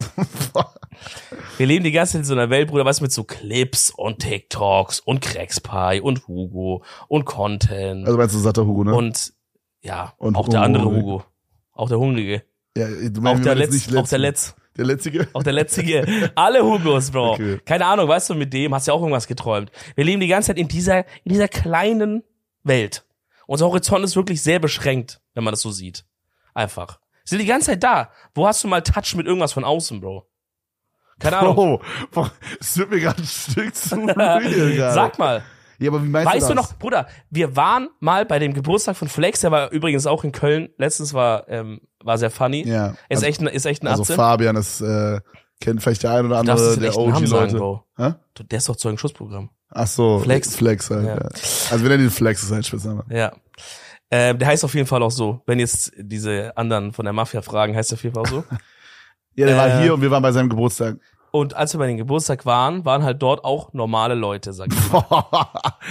Wir leben die ganze Zeit in so einer Welt, Bruder, weißt du, mit so Clips und TikToks und Crackspie und Hugo und Content. Also meinst du satter Hugo, ne? Und ja, Und auch der andere Hugo. Hugo. Auch der Hungrige. Ja, du Auch meinst, der wir jetzt Letz. Auch der Letz. Der Letzige? Auch der Letzige. Alle Hugos, Bro. Okay. Keine Ahnung, weißt du, mit dem hast du ja auch irgendwas geträumt. Wir leben die ganze Zeit in dieser kleinen Welt. Unser Horizont ist wirklich sehr beschränkt, wenn man das so sieht. Einfach. Wir sind die ganze Zeit da. Wo hast du mal Touch mit irgendwas von außen, Bro? Keine Ahnung. Bro, es wird mir gerade ein Stück zu real gerade. Sag mal. Ja, aber wie meinst Weißt du du das? noch, Bruder, wir waren mal bei dem Geburtstag von Flex, der war übrigens auch in Köln. Letztens war sehr funny. Ja. Ist echt ein Also Atze. Fabian ist, kennt vielleicht der ein oder Du darfst andere es in der echten Namen sagen, OG-Leute. Bro. Hä? Der ist doch Zeugenschutzprogramm. Ach so. Flex. Flex halt, Ja. ja. Also wir nennen ihn Flex, ist sein Spitzname. Ja. Der heißt auf jeden Fall auch so. Wenn jetzt diese anderen von der Mafia fragen, heißt er auf jeden Fall auch so. Ja, der war hier und wir waren bei seinem Geburtstag. Und als wir bei dem Geburtstag waren halt dort auch normale Leute, sag ich mal.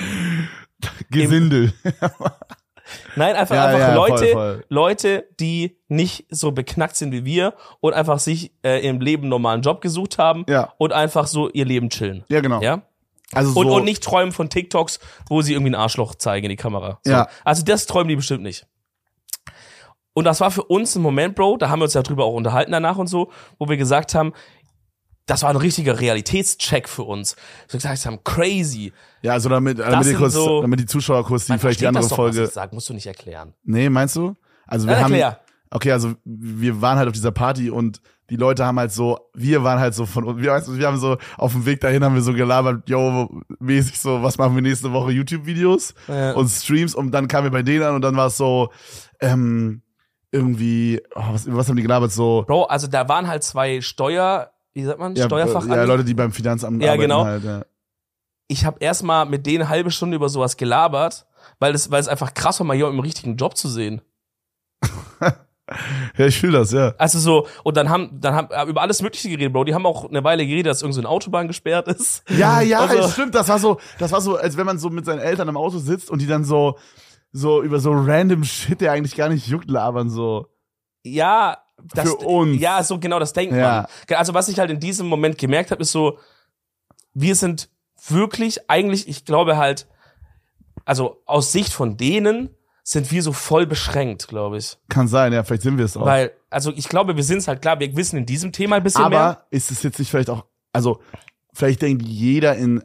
Gesindel. Nein, einfach Ja, Leute, voll. Leute, die nicht so beknackt sind wie wir und einfach sich im Leben einen normalen Job gesucht haben Ja. und einfach so ihr Leben chillen. Ja, genau. Ja? Also so, Und nicht träumen von TikToks, wo sie irgendwie ein Arschloch zeigen in die Kamera. So. Ja. Also das träumen die bestimmt nicht. Und das war für uns ein Moment, Bro, da haben wir uns ja drüber auch unterhalten danach und so, wo wir gesagt haben, das war ein richtiger Realitätscheck für uns. So gesagt haben, crazy. ja, also damit sind so- die Zuschauer kurz die Man vielleicht die versteht andere das doch, Folge. was ich sag, musst du nicht erklären. Nee, meinst du? Also wir Ja, haben erklär. okay, also wir waren halt auf dieser Party und die Leute haben halt so, wir waren halt so wir haben so auf dem Weg dahin haben wir so gelabert, yo, mäßig so, was machen wir nächste Woche, YouTube-Videos Ja. und Streams und dann kamen wir bei denen an und dann war es so, irgendwie, was haben die gelabert, so, Bro, also da waren halt zwei wie sagt man, ja, Steuerfachhandel. ja, Leute, die beim Finanzamt Ja, arbeiten genau. halt, ja. Ich habe erstmal mit denen eine halbe Stunde über sowas gelabert, weil es einfach krass war, mal jemanden im richtigen Job zu sehen. Ja, ich fühle das, ja. Also so, und dann haben über alles Mögliche geredet, Bro. Die haben auch eine Weile geredet, dass irgend so eine Autobahn gesperrt ist. Ja, Also- stimmt, das war so, als wenn man so mit seinen Eltern im Auto sitzt und die dann so über so random Shit, der eigentlich gar nicht juckt, labern, so. Ja, Für uns. Ja, so genau, das denkt Ja. man. Also was ich halt in diesem Moment gemerkt habe, ist so, wir sind wirklich eigentlich, ich glaube halt, also aus Sicht von denen sind wir so voll beschränkt, glaube ich. Kann sein, ja, vielleicht sind wir es auch. Weil, also ich glaube, wir sind es halt klar, wir wissen in diesem Thema ein bisschen mehr. Aber ist es jetzt nicht vielleicht auch, also vielleicht denkt jeder in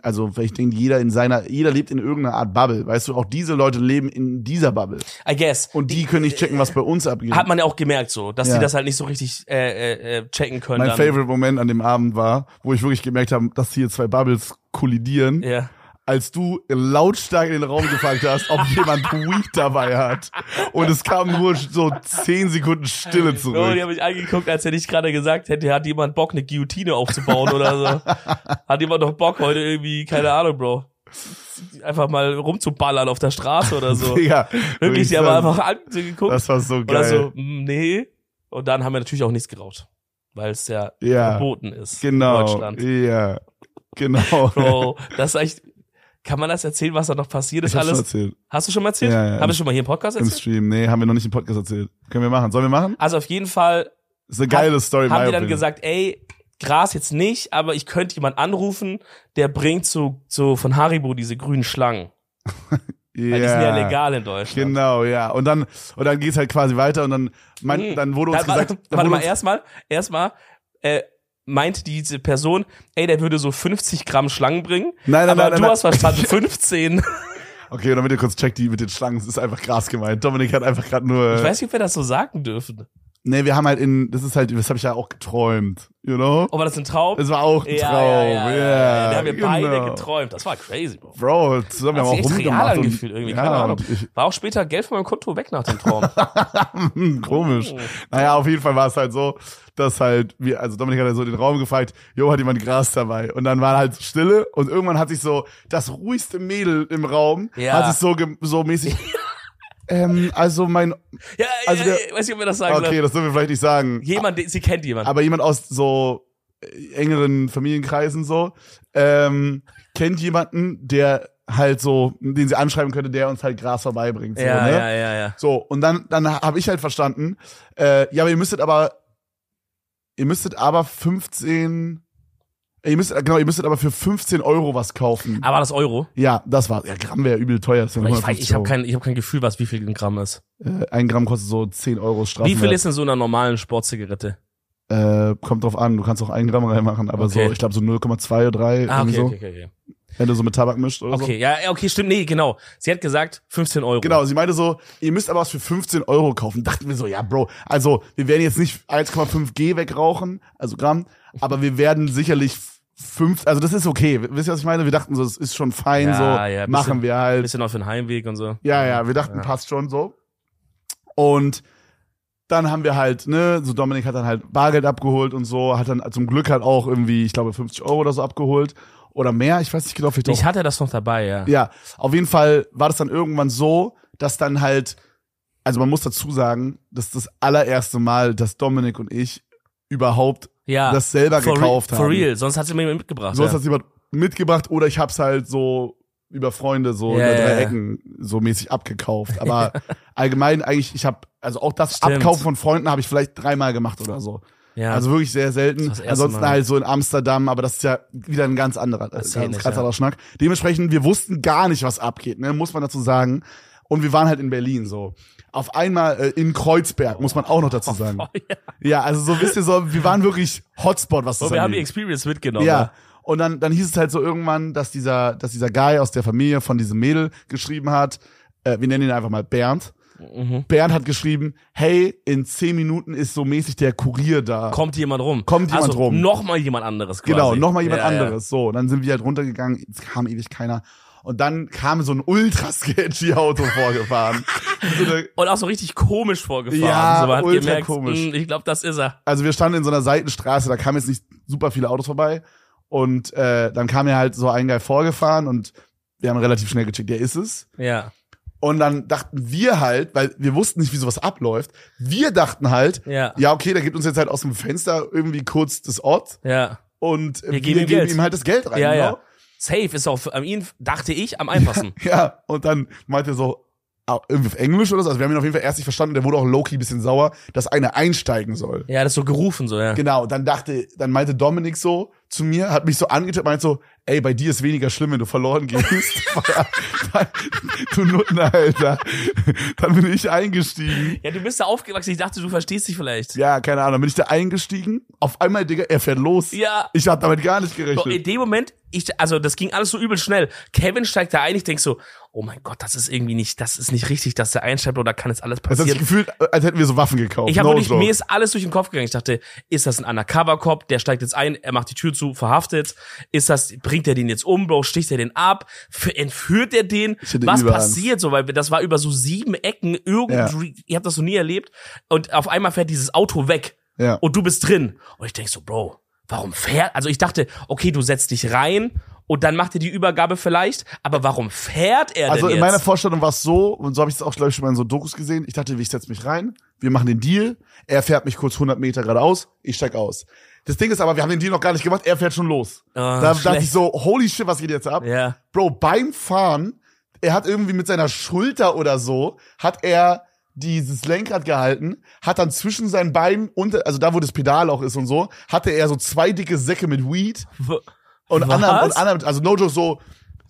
jeder lebt in irgendeiner Art Bubble, weißt du, auch diese Leute leben in dieser Bubble I guess. und die können nicht checken, was bei uns abgeht. Hat man ja auch gemerkt so, dass Ja. die das halt nicht so richtig checken können. Mein dann. Favorite Moment an dem Abend war, wo ich wirklich gemerkt habe, dass hier zwei Bubbles kollidieren, Ja. als du lautstark in den Raum gefragt hast, ob jemand Weed dabei hat. Und es kam nur so 10 Sekunden Stille Oh, die zurück. haben mich angeguckt, als hätte ich gerade gesagt hätte, hat jemand Bock, eine Guillotine aufzubauen oder so. Hat jemand noch Bock, heute irgendwie, keine Ahnung, Bro, einfach mal rumzuballern auf der Straße oder so. Digga, Wirklich, die haben einfach angeguckt. Das war so Oder geil. so, nee. Und dann haben wir natürlich auch nichts geraucht. Weil es ja Ja, verboten ist genau. in Deutschland. Ja, genau. Bro, das ist echt, kann man das erzählen, was da noch passiert ist Ich hab's schon alles? erzählt. Hast du schon mal erzählt? Ja, ja. Hab ich schon mal hier im Podcast Im erzählt? Stream. Nee, haben wir noch nicht im Podcast erzählt. Können wir machen. Sollen wir machen? Also auf jeden Fall ist eine geile Story. haben my die dann opinion. gesagt, ey, Gras jetzt nicht, aber ich könnte jemand anrufen, der bringt so von Haribo diese grünen Schlangen. Weil die sind ja legal in Deutschland. Genau, ja. Und dann geht's halt quasi weiter und dann wurde uns gesagt, Warte mal, erstmal meinte diese Person, ey, der würde so 50 Gramm Schlangen bringen. Nein, aber du nein. hast verstanden, 15. Okay, damit ihr kurz checkt, die mit den Schlangen, es ist einfach Gras gemeint. Dominik hat einfach gerade nur. Ich weiß nicht, ob wir das so sagen dürfen. Nee, wir haben halt das habe ich ja auch geträumt, you know? Aber das ist ein Traum. Es war auch ein Traum, ja. Da haben wir genau. beide geträumt. Das war crazy, Bro. Bro, zusammen Hat haben sich wir auch echt real rumgemacht. angefühlt irgendwie, ja, keine Ahnung. und ich, War auch später Geld von meinem Konto weg nach dem Traum. komisch. Naja, auf jeden Fall war es halt so, dass halt Dominik hat ja so den Raum gefragt, jo, hat jemand Gras dabei? Und dann war halt Stille und irgendwann hat sich so das ruhigste Mädel im Raum, Ja. hat sich so mäßig, also mein, Also der- ich weiß nicht, ob wir das sagen okay, sollen. das dürfen wir vielleicht nicht sagen, Sie kennt jemanden. aber jemand aus so engeren Familienkreisen so, kennt jemanden, der halt so, den sie anschreiben könnte, der uns halt Gras vorbeibringt. So, Ja, ne? ja. So, und dann habe ich halt verstanden, ja, aber ihr müsstet aber 15, ihr müsstet aber für 15 € was kaufen. Aber das Euro? Ja, das war, ja, Gramm wäre übel teuer. Das sind Ich habe kein Gefühl, wie viel ein Gramm ist. 1 Gramm kostet so 10 € Strafe. Wie viel ist in so einer normalen Sportzigarette? Kommt drauf an, du kannst auch 1 Gramm reinmachen, aber Okay. so, ich glaube so 0,2 oder 3. Ah, so. okay. Wenn du so mit Tabak mischt oder so. Okay, ja, okay, stimmt, nee, genau. Sie hat gesagt 15 €. Genau, sie meinte so, ihr müsst aber was für 15 € kaufen. Dachten wir so, ja, Bro, also wir werden jetzt nicht 1,5 G wegrauchen, also Gramm, aber wir werden sicherlich 5, also das ist okay. Wisst ihr, was ich meine? Wir dachten so, das ist schon fein, so machen wir halt. Bisschen auf den Heimweg und so. Ja, wir dachten, passt schon so. Und dann haben wir halt, ne, so Dominik hat dann halt Bargeld abgeholt und so, hat dann zum Glück halt auch irgendwie, ich glaube, 50 € oder so abgeholt. Oder mehr, ich weiß nicht genau, vielleicht Ich hatte das noch dabei, ja. Ja, auf jeden Fall war das dann irgendwann so, dass dann halt, also man muss dazu sagen, das ist das allererste Mal, dass Dominik und ich überhaupt das selber gekauft haben. For real, sonst hat sie mir mitgebracht. Sonst hat sie jemand mitgebrabt oder ich hab's halt so über Freunde so über 3 Ecken so mäßig abgekauft. Aber allgemein eigentlich, ich habe also auch das Abkaufen von Freunden habe ich vielleicht 3-mal gemacht oder so. Ja. Also wirklich sehr selten. Ansonsten halt so in Amsterdam, aber das ist ja wieder ein ganz anderer Schnack. Dementsprechend, wir wussten gar nicht, was abgeht, ne, muss man dazu sagen. Und wir waren halt in Berlin so. Auf einmal in Kreuzberg, muss man auch noch dazu sagen. Ja, also so wisst ihr so, wir waren wirklich Hotspot, was das angeht. Wir haben die Experience mitgenommen. Ja. Und dann hieß es halt so irgendwann, dass dieser Guy aus der Familie von diesem Mädel geschrieben hat, wir nennen ihn einfach mal Bernd. Bernd hat geschrieben, hey, in 10 Minuten ist so mäßig der Kurier da. Kommt jemand rum. Nochmal jemand anderes quasi. Genau, nochmal jemand anderes. So, und dann sind wir halt runtergegangen, es kam ewig keiner. Und dann kam so ein ultra sketchy Auto vorgefahren. Und auch so richtig komisch vorgefahren. Ja, so, man hat ultra gemerkt, komisch. Ich glaube, das ist er. Also wir standen in so einer Seitenstraße, da kamen jetzt nicht super viele Autos vorbei. Und dann kam ja halt so ein Guy vorgefahren und wir haben relativ schnell gecheckt, der ist es. Ja. Und dann dachten wir halt, weil wir wussten nicht, wie sowas abläuft, wir dachten halt, ja okay, der gibt uns jetzt halt aus dem Fenster irgendwie kurz das Ort. Ja. Und wir geben ihm halt das Geld rein. Ja, genau. ja. Safe ist auch für ihn, dachte ich, am einfachsten. Ja, und dann meinte er so, irgendwie auf Englisch oder so, also wir haben ihn auf jeden Fall erst nicht verstanden, der wurde auch low-key ein bisschen sauer, dass einer einsteigen soll. Ja, das ist so gerufen so, ja. Genau, dann meinte Dominik so zu mir, hat mich so angetippt, meinte so, ey, bei dir ist weniger schlimm, wenn du verloren gehst. Du Nutten, Alter. Dann bin ich eingestiegen. Ja, du bist da aufgewachsen, ich dachte, du verstehst dich vielleicht. Ja, keine Ahnung, dann bin ich da eingestiegen, auf einmal, Digga, er fährt los. Ja. Ich hab damit gar nicht gerechnet. So, in dem Moment, also das ging alles so übel schnell. Kevin steigt da ein, ich denk so, oh mein Gott, das ist nicht richtig, dass der einsteigt oder kann jetzt alles passieren. Das hat sich gefühlt, als hätten wir so Waffen gekauft. Ich habe mir ist alles durch den Kopf gegangen. Ich dachte, ist das ein Undercover-Cop, der steigt jetzt ein, er macht die Tür zu, verhaftet. Bringt er den jetzt um, Bro, sticht er den ab? Entführt er den? Was passiert so? Weil das war über so 7 Ecken irgendwie, ihr habt das so nie erlebt. Und auf einmal fährt dieses Auto weg. Ja. Und du bist drin. Und ich denk so, Bro, warum fährt? Also ich dachte, okay, du setzt dich rein und dann macht er die Übergabe vielleicht, aber warum fährt er denn jetzt? Also in meiner Vorstellung war es so, und so habe ich es auch, glaube ich, schon mal in so Dokus gesehen, ich dachte, ich setze mich rein, wir machen den Deal, er fährt mich kurz 100 Meter geradeaus, ich steig aus. Das Ding ist aber, wir haben den Deal noch gar nicht gemacht, er fährt schon los. Da dachte ich so, holy shit, was geht jetzt ab? Ja. Bro, beim Fahren, er hat irgendwie mit seiner Schulter oder so, hat er dieses Lenkrad gehalten, hat dann zwischen seinen Beinen, also da, wo das Pedal auch ist und so, hatte er so 2 dicke Säcke mit Weed. Und anderen, also no joke,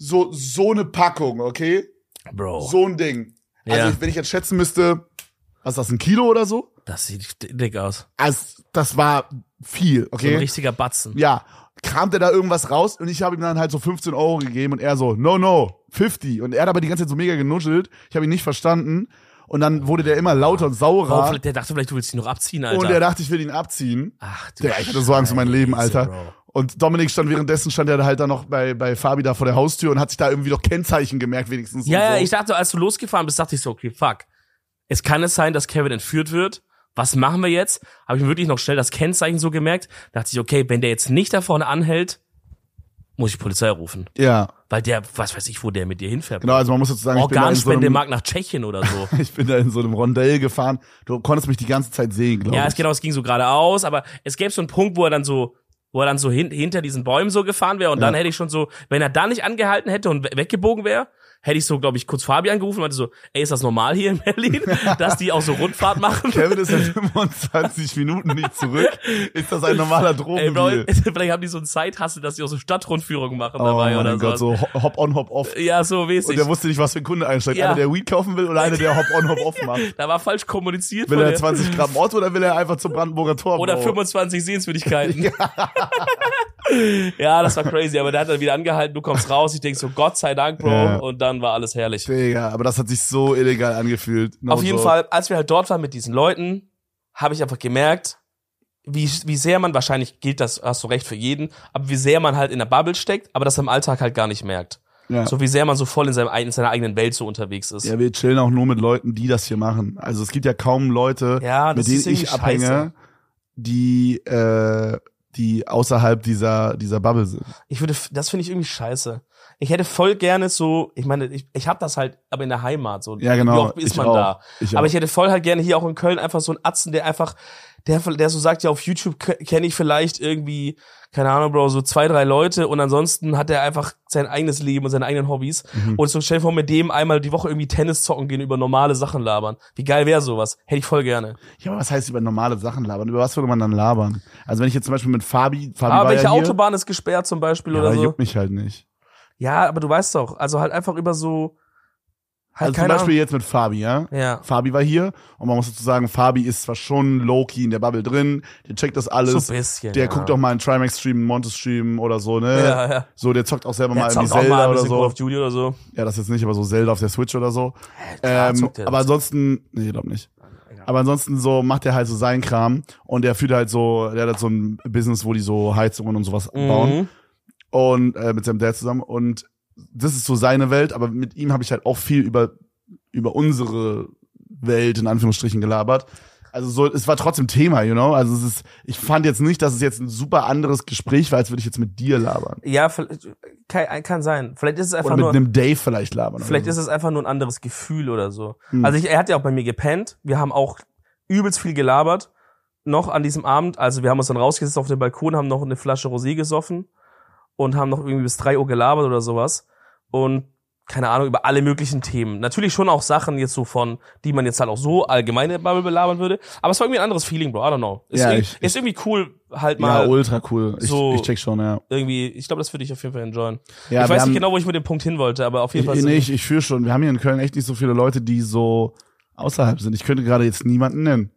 so eine Packung, okay? Bro. So ein Ding. Also wenn ich jetzt schätzen müsste, was ist das, 1 Kilo oder so? Das sieht dick aus. Also, das war viel, okay? So ein richtiger Batzen. Ja. Kramt er da irgendwas raus und ich habe ihm dann halt so 15 € gegeben und er so, no, 50. Und er hat aber die ganze Zeit so mega genuschelt. Ich habe ihn nicht verstanden. Und dann wurde der immer lauter und saurer. Der dachte vielleicht, du willst ihn noch abziehen, Alter. Und er dachte, ich will ihn abziehen. Ach du Ich hatte so Angst um mein Leben, Alter. Bro. Und Dominik stand er halt da noch bei Fabi da vor der Haustür und hat sich da irgendwie noch Kennzeichen gemerkt, wenigstens. Ja, so. Ich dachte, als du losgefahren bist, dachte ich so, okay, fuck. Es kann sein, dass Kevin entführt wird. Was machen wir jetzt? Habe ich mir wirklich noch schnell das Kennzeichen so gemerkt. Dachte ich, okay, wenn der jetzt nicht da vorne anhält, muss ich Polizei rufen. Ja. Weil der, was weiß ich, wo der mit dir hinfährt. Genau, also man muss jetzt sagen, Organspendemarkt nach Tschechien oder so. Ich bin da in so einem Rondell gefahren. Du konntest mich die ganze Zeit sehen, glaube ich. Ja, genau, es ging so geradeaus, aber es gäbe so einen Punkt, wo er dann so wo er dann so hinter diesen Bäumen so gefahren wäre und dann hätte ich schon so, wenn er da nicht angehalten hätte und weggebogen wäre, hätte ich so, glaube ich, kurz Fabi angerufen und meinte so, ey, ist das normal hier in Berlin, dass die auch so Rundfahrt machen? Kevin ist in 25 Minuten nicht zurück. Ist das ein normaler Drogendeal? Vielleicht haben die so einen Zeithassel, dass die auch so Stadtrundführungen machen dabei oder so. Oh mein Gott, so Hop-on, Hop-off. Ja, so mäßig. Und der wusste nicht, was für ein Kunde einsteigt. Einer, der Weed kaufen will oder einer, der Hop-on, Hop-off macht. Da war falsch kommuniziert. Will er 20 Gramm Ort oder will er einfach zum Brandenburger Tor? Oder 25 Sehenswürdigkeiten. Ja, das war crazy. Aber der hat dann wieder angehalten, du kommst raus. Ich denk so, Gott sei Dank, Bro. Ja. Und dann war alles herrlich. Digga, aber das hat sich so illegal angefühlt. Auf jeden Fall, als wir halt dort waren mit diesen Leuten, habe ich einfach gemerkt, wie sehr man, wahrscheinlich gilt das, hast du recht, für jeden, aber wie sehr man halt in der Bubble steckt, aber das im Alltag halt gar nicht merkt. Ja. So wie sehr man so voll in seiner eigenen Welt so unterwegs ist. Ja, wir chillen auch nur mit Leuten, die das hier machen. Also es gibt ja kaum Leute, mit denen ich abhänge, die außerhalb dieser Bubble sind. Das finde ich irgendwie scheiße. Ich hätte voll gerne so, ich meine, ich hab das halt, aber in der Heimat so. Ja, genau. Wie oft ist man da? Aber ich hätte voll halt gerne hier auch in Köln einfach so einen Atzen, der einfach, der so sagt, ja, auf YouTube kenne ich vielleicht irgendwie, keine Ahnung, Bro, so 2, 3 Leute und ansonsten hat er einfach sein eigenes Leben und seine eigenen Hobbys. Und so stell dir vor, mit dem einmal die Woche irgendwie Tennis zocken gehen, über normale Sachen labern. Wie geil wäre sowas? Hätte ich voll gerne. Ja, aber was heißt über normale Sachen labern? Über was würde man dann labern? Also wenn ich jetzt zum Beispiel mit Fabi aber welche Autobahn ist gesperrt zum Beispiel oder so? Juckt mich halt nicht. Ja, aber du weißt doch, also halt einfach über so halt also zum Beispiel jetzt mit Fabi, ja? Ja. Fabi war hier und man muss dazu sagen, Fabi ist zwar schon low-key in der Bubble drin, der checkt das alles. So ein bisschen, der guckt auch mal einen Trimax-Stream, einen Montes-Stream oder so, ne? Ja. So, der zockt auch selber mal irgendwie Zelda oder so. Call of Duty oder so. Ja, das jetzt nicht, aber so Zelda auf der Switch oder so. Aber ansonsten, nee, glaub nicht. Aber ansonsten so macht er halt so seinen Kram und der führt halt so, der hat halt so ein Business, wo die so Heizungen und sowas bauen. Und mit seinem Dad zusammen und das ist so seine Welt, aber mit ihm habe ich halt auch viel über unsere Welt in Anführungsstrichen gelabert. Also so, es war trotzdem Thema, you know? Also ich fand jetzt nicht, dass es jetzt ein super anderes Gespräch war, als würde ich jetzt mit dir labern. Ja, kann sein. Vielleicht ist es einfach oder mit einem Dave vielleicht labern. Vielleicht ist es einfach nur ein anderes Gefühl oder so. Also er hat ja auch bei mir gepennt. Wir haben auch übelst viel gelabert. Noch an diesem Abend. Also wir haben uns dann rausgesetzt auf den Balkon, haben noch eine Flasche Rosé gesoffen. Und haben noch irgendwie bis 3 Uhr gelabert oder sowas. Und keine Ahnung, über alle möglichen Themen. Natürlich schon auch Sachen jetzt so von, die man jetzt halt auch so allgemeine Bubble belabern würde. Aber es war irgendwie ein anderes Feeling, Bro. I don't know. Ist irgendwie cool, halt mal. Ja, ultra cool. Ich check schon, ja. Irgendwie, ich glaube, das würde ich auf jeden Fall enjoyen. Ja, ich weiß nicht genau, wo ich mit dem Punkt hin wollte, aber auf jeden Fall. Ich fühle schon. Wir haben hier in Köln echt nicht so viele Leute, die so außerhalb sind. Ich könnte gerade jetzt niemanden nennen.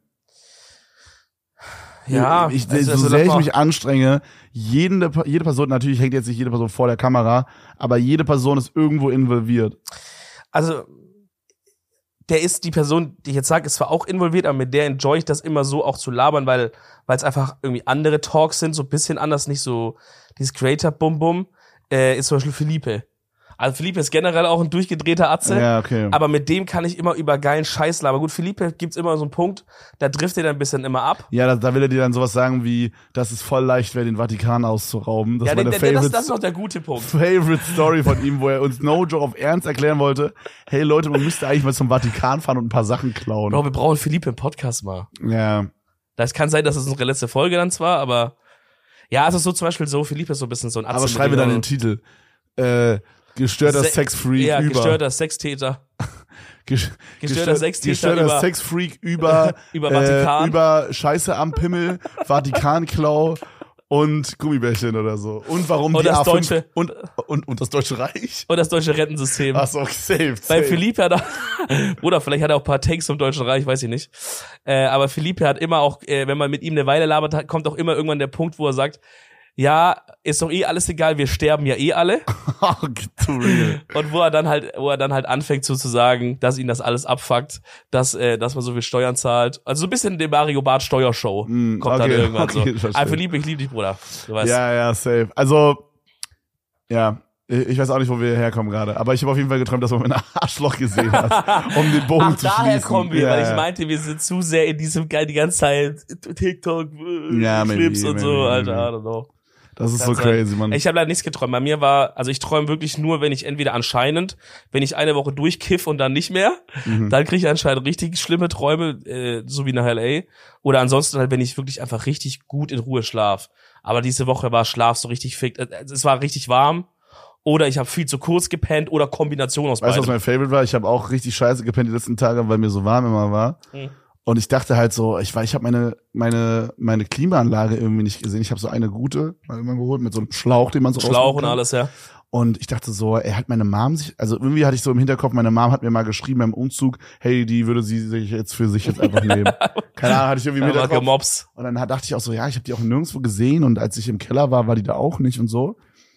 Ja, so sehr ich mich anstrenge, jede Person, natürlich hängt jetzt nicht jede Person vor der Kamera, aber jede Person ist irgendwo involviert. Also, die Person, die ich jetzt sage, ist zwar auch involviert, aber mit der enjoy ich das immer so auch zu labern, weil es einfach irgendwie andere Talks sind, so ein bisschen anders, nicht so dieses Creator-Bum-Bum, ist zum Beispiel Felipe. Also Felipe ist generell auch ein durchgedrehter Atze, ja, okay. Aber mit dem kann ich immer über geilen Scheiß labern. Gut, Felipe gibt's immer so einen Punkt, da driftet er ein bisschen immer ab. Ja, da will er dir dann sowas sagen wie, dass es voll leicht wäre, den Vatikan auszurauben. Das ja, war das ist noch der gute Punkt. Favorite Story von ihm, wo er uns no joke auf Ernst erklären wollte, hey Leute, man müsste eigentlich mal zum Vatikan fahren und ein paar Sachen klauen. Bro, wir brauchen Felipe im Podcast mal. Ja. Das kann sein, dass es unsere letzte Folge dann zwar, aber ja, also so zum Beispiel so, Felipe ist so ein bisschen so ein Atze. Aber schreibe dann den Titel. Gestörter Sexfreak ja, über. Gestörter Sextäter. Gestörter Sextäter gestörter Sexfreak über Vatikan. Über Scheiße am Pimmel, Vatikanklau und Gummibärchen oder so. Und warum und die das A5 Deutsche und das Deutsche Reich. Und das deutsche Rentensystem. Ach so, safe. Bei Felipe hat er, oder vielleicht hat er auch ein paar Takes vom Deutschen Reich, weiß ich nicht. Aber Felipe hat immer auch, wenn man mit ihm eine Weile labert, kommt auch immer irgendwann der Punkt, wo er sagt, ja, ist doch alles egal, wir sterben ja alle. Und wo er dann halt anfängt so zu sagen, dass ihn das alles abfuckt, dass man so viel Steuern zahlt. Also so ein bisschen die Mario Barth Steuershow kommt dann irgendwann so. Felipe, ich liebe dich, Bruder. Du weißt. Ja, safe. Also, ja, ich weiß auch nicht, wo wir herkommen gerade, aber ich habe auf jeden Fall geträumt, dass man ein Arschloch gesehen hat, um den Bogen zu schließen. Daher kommen wir, weil ich meinte, wir sind zu sehr in diesem die ganze Zeit TikTok, Clips und so, Alter, I don't know. Das ist so crazy, Mann. Ich habe leider nichts geträumt. Bei mir war, also ich träume wirklich nur, wenn ich entweder wenn ich eine Woche durchkiff und dann nicht mehr, dann kriege ich anscheinend richtig schlimme Träume, so wie nach LA. Oder ansonsten halt, wenn ich wirklich einfach richtig gut in Ruhe schlaf. Aber diese Woche war Schlaf so richtig fick. Es war richtig warm. Oder ich habe viel zu kurz gepennt oder Kombination aus beidem. Weißt du, was mein Favorite war? Ich habe auch richtig scheiße gepennt die letzten Tage, weil mir so warm immer war. Und ich dachte halt so, ich habe meine Klimaanlage irgendwie nicht gesehen. Ich habe so eine gute mal irgendwann geholt mit so einem Schlauch, den man so Schlauch und alles, ja. Und ich dachte so, hat meine Mom also irgendwie hatte ich so im Hinterkopf, meine Mom hat mir mal geschrieben beim Umzug, hey, die würde sie sich jetzt für sich jetzt einfach nehmen. Keine Ahnung, hatte ich irgendwie im Hinterkopf. Und dann dachte ich auch so, ja, ich habe die auch nirgendwo gesehen und als ich im Keller war die da auch nicht und so.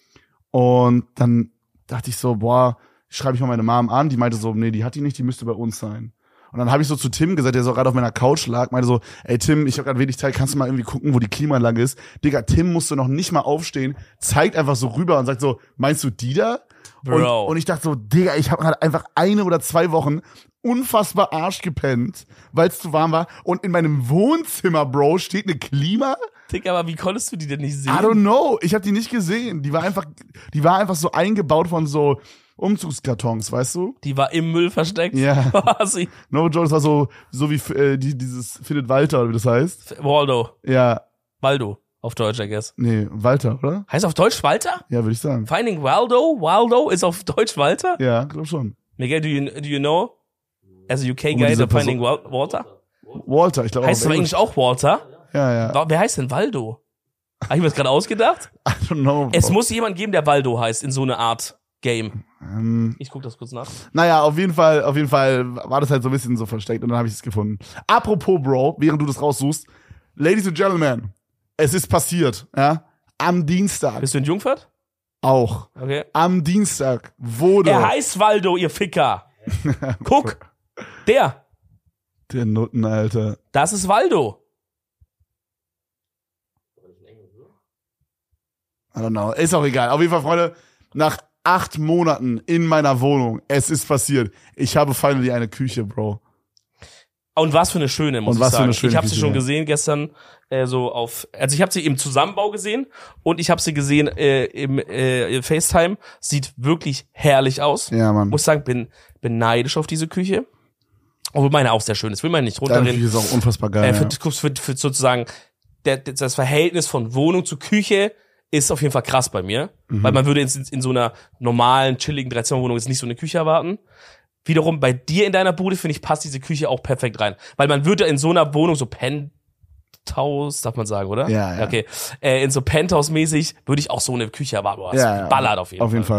Und dann dachte ich so, schreibe ich mal meine Mom an, die meinte so, nee, die hat die nicht, die müsste bei uns sein. Und dann habe ich so zu Tim gesagt, der so gerade auf meiner Couch lag, meinte so, ey Tim, ich habe gerade wenig Zeit, kannst du mal irgendwie gucken, wo die Klimaanlage ist? Digga, Tim musste noch nicht mal aufstehen, zeigt einfach so rüber und sagt so, meinst du die da? Bro. Und ich dachte so, Digga, ich habe gerade einfach 1 oder 2 Wochen unfassbar Arsch gepennt, weil es zu warm war. Und in meinem Wohnzimmer, Bro, steht eine Klima. Digga, aber wie konntest du die denn nicht sehen? I don't know, ich habe die nicht gesehen. Die war einfach so eingebaut von so Umzugskartons, weißt du? Die war im Müll versteckt? Ja. Quasi. No Joke, das war so wie dieses Findet Walter, oder wie das heißt. Waldo. Ja. Waldo. Auf Deutsch, I guess. Nee, Walter, oder? Heißt auf Deutsch Walter? Ja, würde ich sagen. Finding Waldo? Waldo ist auf Deutsch Walter? Ja, glaub schon. Miguel, do you know? As a UK guy, the Finding Walter? Walter, ich glaube auch. Heißt es auf Englisch auch Walter? Ja. Wer heißt denn Waldo? Habe ich mir das gerade ausgedacht? I don't know. Bro. Es muss jemand geben, der Waldo heißt, in so einer Art Game. Ich guck das kurz nach. Naja, auf jeden Fall war das halt so ein bisschen so versteckt und dann habe ich es gefunden. Apropos, Bro, während du das raussuchst, Ladies and Gentlemen, es ist passiert, ja, am Dienstag. Bist du in Jungfurt? Auch. Okay. Am Dienstag wurde... Er heißt Waldo, ihr Ficker. Guck, der Nutten, Alter. Das ist Waldo. I don't know, ist auch egal. Auf jeden Fall, Freunde, nach 8 Monaten in meiner Wohnung, es ist passiert. Ich habe finally eine Küche, Bro. Und was für eine schöne, muss ich sagen. Ich habe sie schon ja. gesehen gestern, also ich habe sie im Zusammenbau gesehen und ich habe sie gesehen im FaceTime. Sieht wirklich herrlich aus. Ja, Mann. Muss sagen, bin neidisch auf diese Küche. Obwohl meine auch sehr schön ist. Will man nicht runterreden. Deine Küche ist auch unfassbar geil. Für sozusagen das Verhältnis von Wohnung zu Küche ist auf jeden Fall krass bei mir. Weil man würde in so einer normalen, chilligen 3-Zimmer-Wohnung jetzt nicht so eine Küche erwarten. Wiederum bei dir in deiner Bude, finde ich, passt diese Küche auch perfekt rein. Weil man würde in so einer Wohnung so Penthouse, darf man sagen, oder? Ja. Okay. In so Penthouse-mäßig würde ich auch so eine Küche erwarten. Boah, das ballert auf jeden Fall. Auf jeden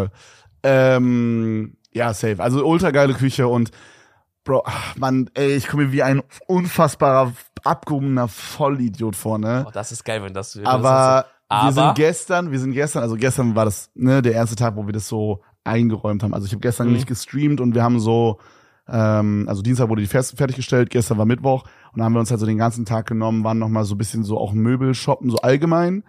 Fall. Ja, safe. Also ultra geile Küche und Bro, Mann, ey, ich komme mir wie ein unfassbarer, abgehobener Vollidiot vor, ne? Oh, das ist geil, wenn das... Aber wir sind gestern, also gestern war das, ne, der erste Tag, wo wir das so eingeräumt haben. Also ich habe gestern nicht gestreamt und wir haben so, also Dienstag wurde die fertiggestellt, gestern war Mittwoch und dann haben wir uns halt so den ganzen Tag genommen, waren nochmal so ein bisschen so auch Möbel shoppen, so allgemein,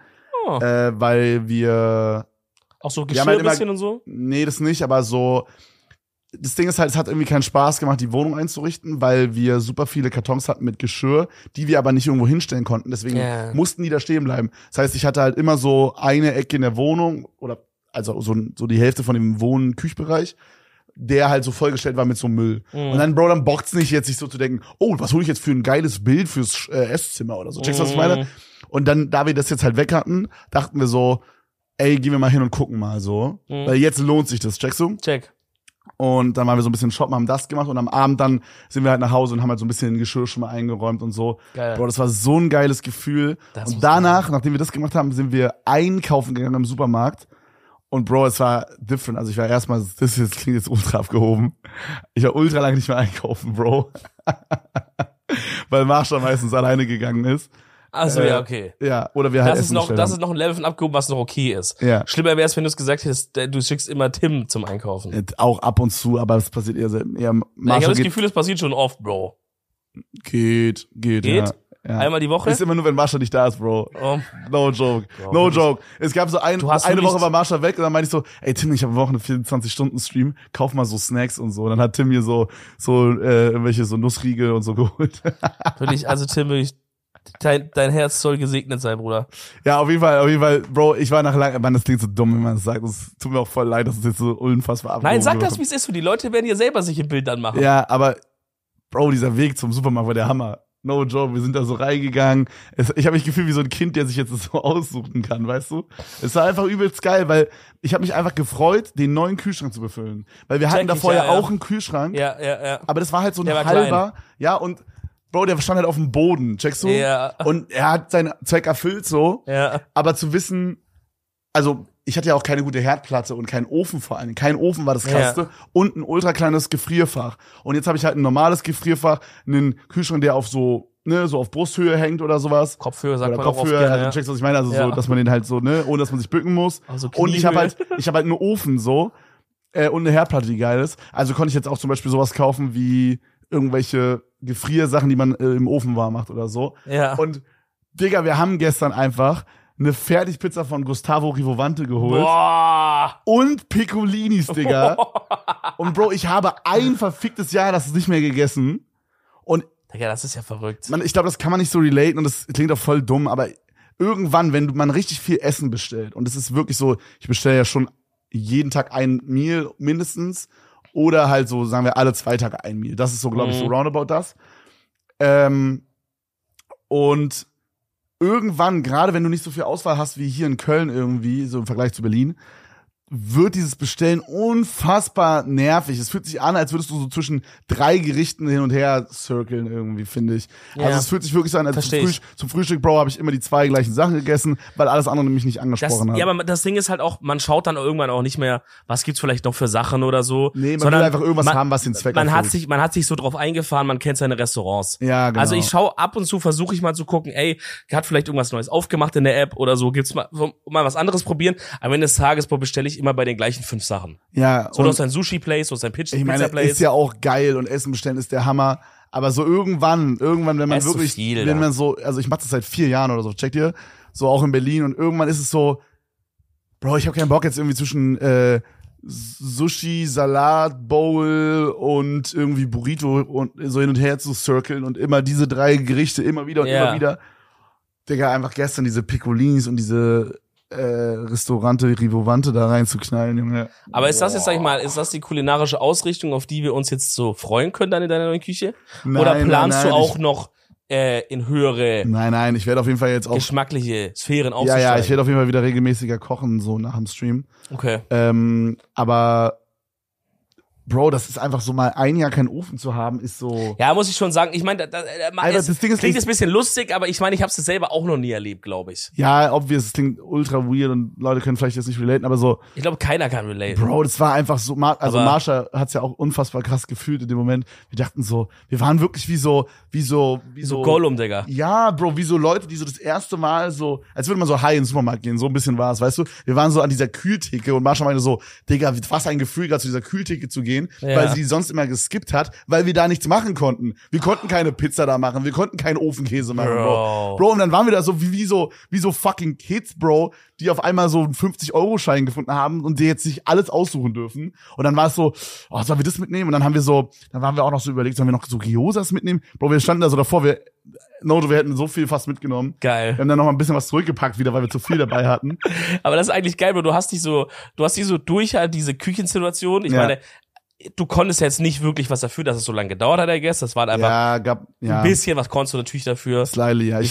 weil wir... Auch so Geschirr ein bisschen und so? Nee, das nicht, aber so... Das Ding ist halt, es hat irgendwie keinen Spaß gemacht, die Wohnung einzurichten, weil wir super viele Kartons hatten mit Geschirr, die wir aber nicht irgendwo hinstellen konnten. Deswegen mussten die da stehen bleiben. Das heißt, ich hatte halt immer so eine Ecke in der Wohnung oder also so die Hälfte von dem Wohn-Küchbereich, der halt so vollgestellt war mit so Müll. Und dann, Bro, dann bockt's nicht jetzt sich so zu denken, oh, was hole ich jetzt für ein geiles Bild fürs Esszimmer oder so. Checkst du, was ich meine? Und dann, da wir das jetzt halt weg hatten, dachten wir so, ey, gehen wir mal hin und gucken mal so. Weil jetzt lohnt sich das, checkst du? Check. Und dann waren wir so ein bisschen shoppen, haben das gemacht und am Abend dann sind wir halt nach Hause und haben halt so ein bisschen Geschirr schon mal eingeräumt und so. Geil. Bro, das war so ein geiles Gefühl. Und danach, nachdem wir das gemacht haben, sind wir einkaufen gegangen im Supermarkt. Und Bro, es war different. Also ich war erstmal, das klingt jetzt ultra abgehoben. Ich war ultra lange nicht mehr einkaufen, Bro. Weil Marsha meistens alleine gegangen ist. Also ja, okay. Ja, oder wir halt das Essen ist noch ein Level von abgehoben, was noch okay ist. Ja. Schlimmer wäre es, wenn du es gesagt hättest, du schickst immer Tim zum Einkaufen. Auch ab und zu, aber es passiert eher selten. Eher ich habe das Gefühl, es passiert schon oft, Bro. Geht? Ja. Einmal die Woche? Ist immer nur, wenn Marsha nicht da ist, Bro. Oh. No joke. Bro, No joke. Es gab so eine Woche war Marsha weg und dann meinte ich so, ey Tim, ich habe eine Woche einen 24-Stunden-Stream, kauf mal so Snacks und so. Und dann hat Tim mir so irgendwelche so Nussriegel und so geholt. Also Tim, Dein Herz soll gesegnet sein, Bruder. Ja, auf jeden Fall, Bro, ich war nach langem, Mann, das klingt so dumm, wenn man das sagt. Es tut mir auch voll leid, dass es jetzt so unfassbar abgehoben Nein, sag wird. das, wie es ist. Die Leute werden hier selber sich ein Bild dann machen. Ja, aber, Bro, dieser Weg zum Supermarkt war der Hammer. No joke, wir sind da so reingegangen. Ich habe mich gefühlt wie so ein Kind, der sich jetzt so aussuchen kann, weißt du? Es war einfach übelst geil, weil ich habe mich einfach gefreut, den neuen Kühlschrank zu befüllen. Weil wir hatten davor ja auch einen Kühlschrank. Ja. Aber das war halt so ein Der war halber. Klein. Ja, und Bro, der stand halt auf dem Boden, checkst du? Ja. Und er hat seinen Zweck erfüllt so. Ja. Aber zu wissen, also ich hatte ja auch keine gute Herdplatte und keinen Ofen vor allem. Kein Ofen war das Krasseste. Ja. Und ein ultra kleines Gefrierfach. Und jetzt habe ich halt ein normales Gefrierfach, einen Kühlschrank, der auf so, ne, so auf Brusthöhe hängt oder sowas. Kopfhöhe sagt oder man Kopfhöhe, auch oft, also du checkst, was ich meine, also so, dass man den halt so, ne, ohne dass man sich bücken muss. Also und ich habe halt einen Ofen so und eine Herdplatte, die geil ist. Also konnte ich jetzt auch zum Beispiel sowas kaufen wie irgendwelche Gefriersachen, die man im Ofen warm macht oder so. Ja. Und Digga, wir haben gestern einfach eine Fertigpizza von Gustavo Rivovante geholt. Boah. Und Piccolinis, Digga. Boah. Und Bro, ich habe ein verficktes Jahr das nicht mehr gegessen. Und Digga, das ist ja verrückt. Ich glaube, das kann man nicht so relaten und das klingt auch voll dumm, aber irgendwann, wenn man richtig viel Essen bestellt, und es ist wirklich so, ich bestelle ja schon jeden Tag ein Meal mindestens, oder halt so, sagen wir, alle 2 Tage ein Meal. Das ist so, glaube ich, so roundabout das. Und irgendwann, gerade wenn du nicht so viel Auswahl hast wie hier in Köln irgendwie, so im Vergleich zu Berlin, wird dieses Bestellen unfassbar nervig. Es fühlt sich an, als würdest du so zwischen 3 Gerichten hin und her circlen irgendwie, finde ich. Ja. Also es fühlt sich wirklich so an, als zum Frühstück, Bro, habe ich immer die 2 gleichen Sachen gegessen, weil alles andere mich nicht angesprochen hat. Ja, aber das Ding ist halt auch, man schaut dann irgendwann auch nicht mehr, was gibt's vielleicht noch für Sachen oder so. Nee, man will einfach irgendwas haben, was den Zweck erfüllt. Man hat sich so drauf eingefahren, man kennt seine Restaurants. Ja, genau. Also ich schaue ab und zu, versuche ich mal zu gucken, ey, hat vielleicht irgendwas Neues aufgemacht in der App oder so, gibt's mal was anderes probieren. Am Ende des Tages bestelle ich immer bei den gleichen 5 Sachen. Ja. So, du hast ein Sushi-Place, du hast ein Pizza-Place. Ist ja auch geil und Essen bestellen ist der Hammer. Aber so irgendwann, wenn man wirklich, so viel, wenn man so, also ich mache das seit 4 Jahren oder so, checkt ihr? So auch in Berlin und irgendwann ist es so, Bro, ich habe keinen Bock jetzt irgendwie zwischen Sushi, Salat, Bowl und irgendwie Burrito und so hin und her zu circlen und immer diese 3 Gerichte immer wieder und immer wieder. Digga, einfach gestern diese Piccolinis und diese Restaurante Rivovante da reinzuknallen, Junge. Aber ist das jetzt, sag ich mal, ist das die kulinarische Ausrichtung, auf die wir uns jetzt so freuen können dann in deiner neuen Küche? Nein, oder planst du auch noch in höhere Nein, ich werde auf jeden Fall jetzt auch geschmackliche Sphären aufsteigen? Ja, ich werde auf jeden Fall wieder regelmäßiger kochen, so nach dem Stream. Okay. Aber Bro, das ist einfach so, mal ein Jahr keinen Ofen zu haben, ist so. Ja, muss ich schon sagen. Ich meine, das Ding ist, klingt jetzt ein bisschen lustig, aber ich meine, ich habe es selber auch noch nie erlebt, glaube ich. Ja, obvious, es klingt ultra weird und Leute können vielleicht jetzt nicht relaten, aber so. Ich glaube, keiner kann relaten. Bro, das war einfach so, also Marsha hat's ja auch unfassbar krass gefühlt in dem Moment. Wir dachten so, wir waren wirklich wie so Gollum, Digga. Ja, Bro, wie so Leute, die so das erste Mal so, als würde man so high in den Supermarkt gehen, so ein bisschen war es, weißt du? Wir waren so an dieser Kühltheke und Marsha meinte so, Digga, was ein Gefühl, gerade zu dieser Kühltheke zu gehen, weil sie die sonst immer geskippt hat, weil wir da nichts machen konnten. Wir konnten keine Pizza da machen, wir konnten keinen Ofenkäse machen, Bro, und dann waren wir da so wie so fucking Kids, Bro, die auf einmal so einen 50-Euro-Schein gefunden haben und die jetzt sich alles aussuchen dürfen. Und dann war es so, oh, sollen wir das mitnehmen? Und dann waren wir auch noch so überlegt, sollen wir noch so Gyosas mitnehmen? Bro, wir standen da so davor, wir hätten so viel fast mitgenommen. Geil. Wir haben dann noch mal ein bisschen was zurückgepackt wieder, weil wir zu viel dabei hatten. Aber das ist eigentlich geil, Bro. Du hast dich so durch halt diese Küchensituation. Ich meine, du konntest jetzt nicht wirklich was dafür, dass es so lange gedauert hat, I guess. Das war einfach ein bisschen, was konntest du natürlich dafür. Slightly, ja. Ich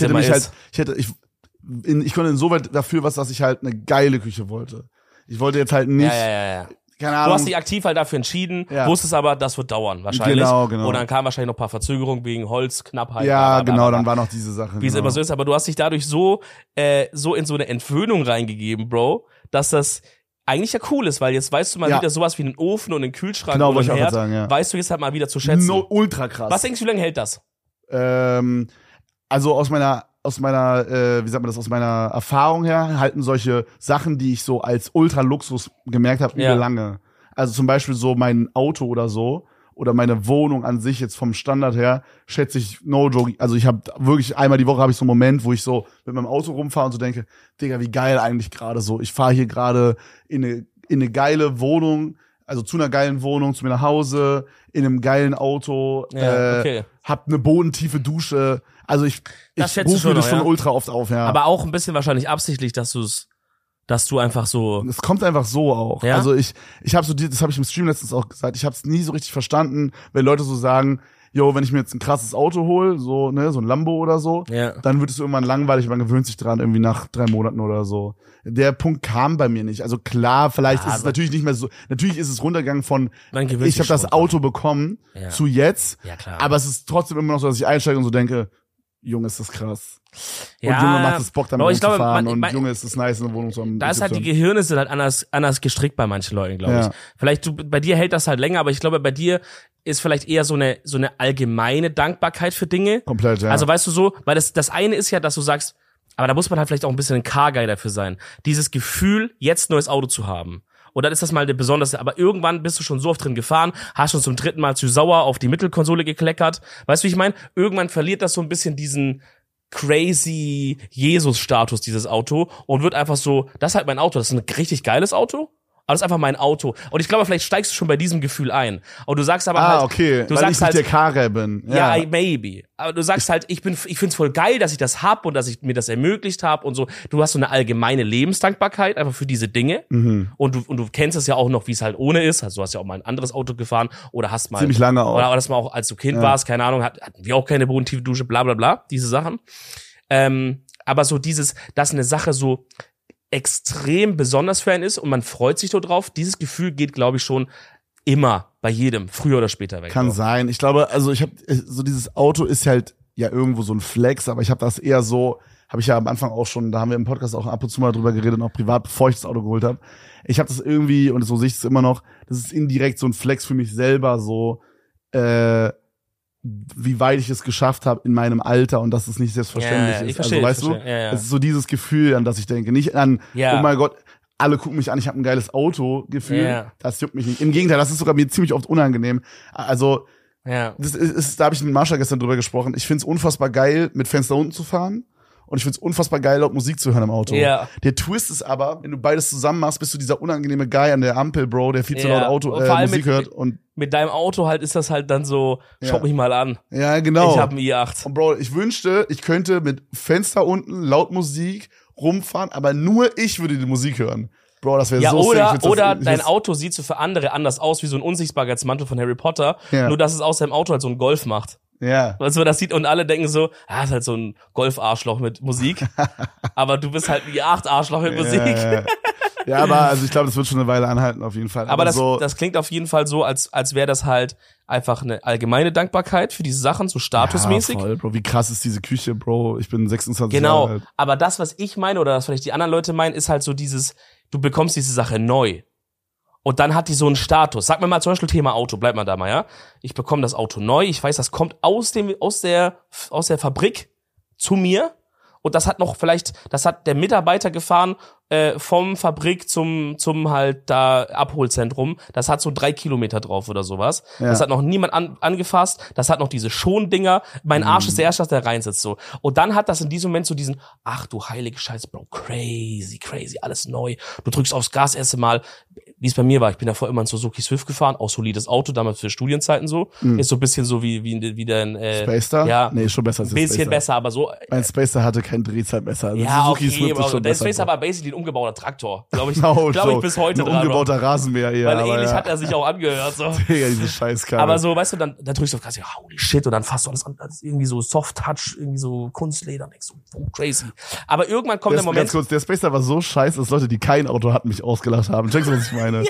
konnte insoweit dafür dass ich halt eine geile Küche wollte. Ich wollte jetzt halt nicht, keine Ahnung. Du hast dich aktiv halt dafür entschieden, wusstest aber, das wird dauern, wahrscheinlich. Genau. Und dann kam wahrscheinlich noch ein paar Verzögerungen wegen Holzknappheit. Ja, genau, dann war noch diese Sache. Wie es immer so ist, aber du hast dich dadurch so in so eine Entwöhnung reingegeben, Bro, dass das eigentlich ja cool ist, weil jetzt weißt du mal wieder sowas wie einen Ofen und einen Kühlschrank und einen Herd, weißt du jetzt halt mal wieder zu schätzen. Ultra krass. Was denkst du, wie lange hält das? Also aus meiner Erfahrung her halten solche Sachen, die ich so als Ultra-Luxus gemerkt habe, übel lange. Also zum Beispiel so mein Auto oder so, oder meine Wohnung an sich jetzt vom Standard her, schätze ich, no joke, also ich habe wirklich einmal die Woche habe ich so einen Moment, wo ich so mit meinem Auto rumfahre und so denke, Digga, wie geil eigentlich gerade so. Ich fahre hier gerade in eine geile Wohnung, Also zu einer geilen Wohnung, zu mir nach Hause, in einem geilen Auto, hab eine bodentiefe Dusche. Also ich rufe mir das schon ultra oft auf, ja. Aber auch ein bisschen wahrscheinlich absichtlich, dass du einfach so. Es kommt einfach so auch. Ja? Also ich habe das habe ich im Stream letztens auch gesagt, ich habe es nie so richtig verstanden, wenn Leute so sagen, yo, wenn ich mir jetzt ein krasses Auto hole, so, ne, so ein Lambo oder so, dann wird es irgendwann langweilig, man gewöhnt sich dran, irgendwie nach 3 Monaten oder so. Der Punkt kam bei mir nicht. Also klar, vielleicht ist es natürlich nicht mehr so, natürlich ist es runtergegangen von, ich habe das Auto bekommen zu jetzt, klar. aber es ist trotzdem immer noch so, dass ich einsteige und so denke, Junge, ist das krass. Und Junge, macht es Bock, damit zu fahren. Und Junge, ist es nice, in der Wohnung zu haben. Da ist halt, die Gehirne sind halt anders gestrickt bei manchen Leuten, glaube ich. Vielleicht bei dir hält das halt länger, aber ich glaube, bei dir ist vielleicht eher so eine allgemeine Dankbarkeit für Dinge. Komplett, ja. Also weißt du so, weil das eine ist ja, dass du sagst, aber da muss man halt vielleicht auch ein bisschen ein Car-Guy dafür sein. Dieses Gefühl, jetzt ein neues Auto zu haben. Und dann ist das mal eine besondere, aber irgendwann bist du schon so oft drin gefahren, hast schon zum 3. Mal zu sauer auf die Mittelkonsole gekleckert. Weißt du, wie ich meine? Irgendwann verliert das so ein bisschen diesen crazy Jesus-Status, dieses Auto, und wird einfach so, das ist halt mein Auto, das ist ein richtig geiles Auto, aber das ist einfach mein Auto. Und ich glaube, vielleicht steigst du schon bei diesem Gefühl ein. Und du sagst aber halt, okay, du weil sagst ich nicht der Karre bin. Ja, maybe. Aber du sagst halt, ich find's voll geil, dass ich das hab und dass ich mir das ermöglicht habe und so. Du hast so eine allgemeine Lebensdankbarkeit einfach für diese Dinge. Und du kennst es ja auch noch, wie es halt ohne ist. Also du hast ja auch mal ein anderes Auto gefahren oder hast mal ziemlich lange auch. Oder das mal auch, als du Kind warst, keine Ahnung, hatten wir auch keine bodentiefe Dusche, bla bla bla, diese Sachen. Aber so dass eine Sache so extrem besonders für einen ist und man freut sich so drauf, dieses Gefühl geht, glaube ich, schon immer bei jedem, früher oder später weg. Kann sein. Ich glaube, also ich habe so dieses Auto ist halt ja irgendwo so ein Flex, aber ich habe das eher so, habe ich ja am Anfang auch schon, da haben wir im Podcast auch ab und zu mal drüber geredet und auch privat, bevor ich das Auto geholt habe. Ich habe das irgendwie, und so sehe ich es immer noch, das ist indirekt so ein Flex für mich selber, so wie weit ich es geschafft habe in meinem Alter und dass es nicht selbstverständlich ist. Verstehe, also weißt du, es ist so dieses Gefühl, an das ich denke. Nicht an, oh mein Gott, alle gucken mich an, ich habe ein geiles Auto-Gefühl. Das juckt mich nicht. Im Gegenteil, das ist sogar mir ziemlich oft unangenehm. Also, das ist, da habe ich mit Marsha gestern drüber gesprochen. Ich find's unfassbar geil, mit Fenster unten zu fahren. Und ich find's unfassbar geil, laut Musik zu hören im Auto. Ja. Der Twist ist aber, wenn du beides zusammen machst, bist du dieser unangenehme Guy an der Ampel, Bro, der viel zu laut Musik hört. Und mit deinem Auto halt ist das halt dann so, schau mich mal an. Ja, genau. Ich hab einen i8. Und Bro, ich wünschte, ich könnte mit Fenster unten, laut Musik rumfahren, aber nur ich würde die Musik hören. Bro, das wäre so sick. Oder dein Auto sieht so für andere anders aus, wie so ein Unsichtbarkeitsmantel von Harry Potter, nur dass es aus deinem Auto halt so ein Golf macht. Ja. Also das sieht und alle denken so, ist halt so ein Golf-Arschloch mit Musik. Aber du bist halt ein i8-Arschloch mit Musik. Ja, aber also ich glaube, das wird schon eine Weile anhalten auf jeden Fall. Aber das klingt auf jeden Fall so, als wäre das halt einfach eine allgemeine Dankbarkeit für diese Sachen, so statusmäßig. Ja, voll, Bro. Wie krass ist diese Küche, Bro? Ich bin 26 Jahre alt. Genau. Aber das, was ich meine oder was vielleicht die anderen Leute meinen, ist halt so dieses, du bekommst diese Sache neu. Und dann hat die so einen Status. Sag mir mal zum Beispiel Thema Auto, bleib mal da mal, ja. Ich bekomme das Auto neu, ich weiß, das kommt aus der Fabrik zu mir. Und das hat der Mitarbeiter gefahren vom Fabrik zum halt da Abholzentrum. Das hat so 3 Kilometer drauf oder sowas. Ja. Das hat noch niemand angefasst. Das hat noch diese Schondinger. Mein Arsch ist der Erste, der reinsitzt so. Und dann hat das in diesem Moment so diesen, ach du heilige Scheiße, Bro, crazy, alles neu. Du drückst aufs Gas erste Mal, wie es bei mir war. Ich bin davor immer in Suzuki Swift gefahren, auch solides Auto, damals für Studienzeiten so. Ist so ein bisschen so wie dein Spacer? Ja, nee, schon besser als ein bisschen Spacer. Besser, aber so. Mein Spacer hatte kein Drehzahlmesser. Also ja, Suzuki okay, Swift ist schon der besser. Spacer war basically ein umgebauter Traktor. Glaube ich, no, ich bis heute ein dran. Ein umgebauter Rasenmäher eher. Weil ähnlich hat er sich auch angehört. So. Digga, diese Scheißkarre. Aber so, weißt du, dann drückst du auf Gas, ja, holy shit, und dann fasst du alles an, das ist irgendwie so Soft-Touch, irgendwie so Kunstleder, denkst du, oh, crazy. Aber irgendwann kommt der Moment. Ganz kurz, der Spacer war so scheiße, dass Leute, die kein Auto hatten, mich ausgelacht haben. Checkst du, was ich meine?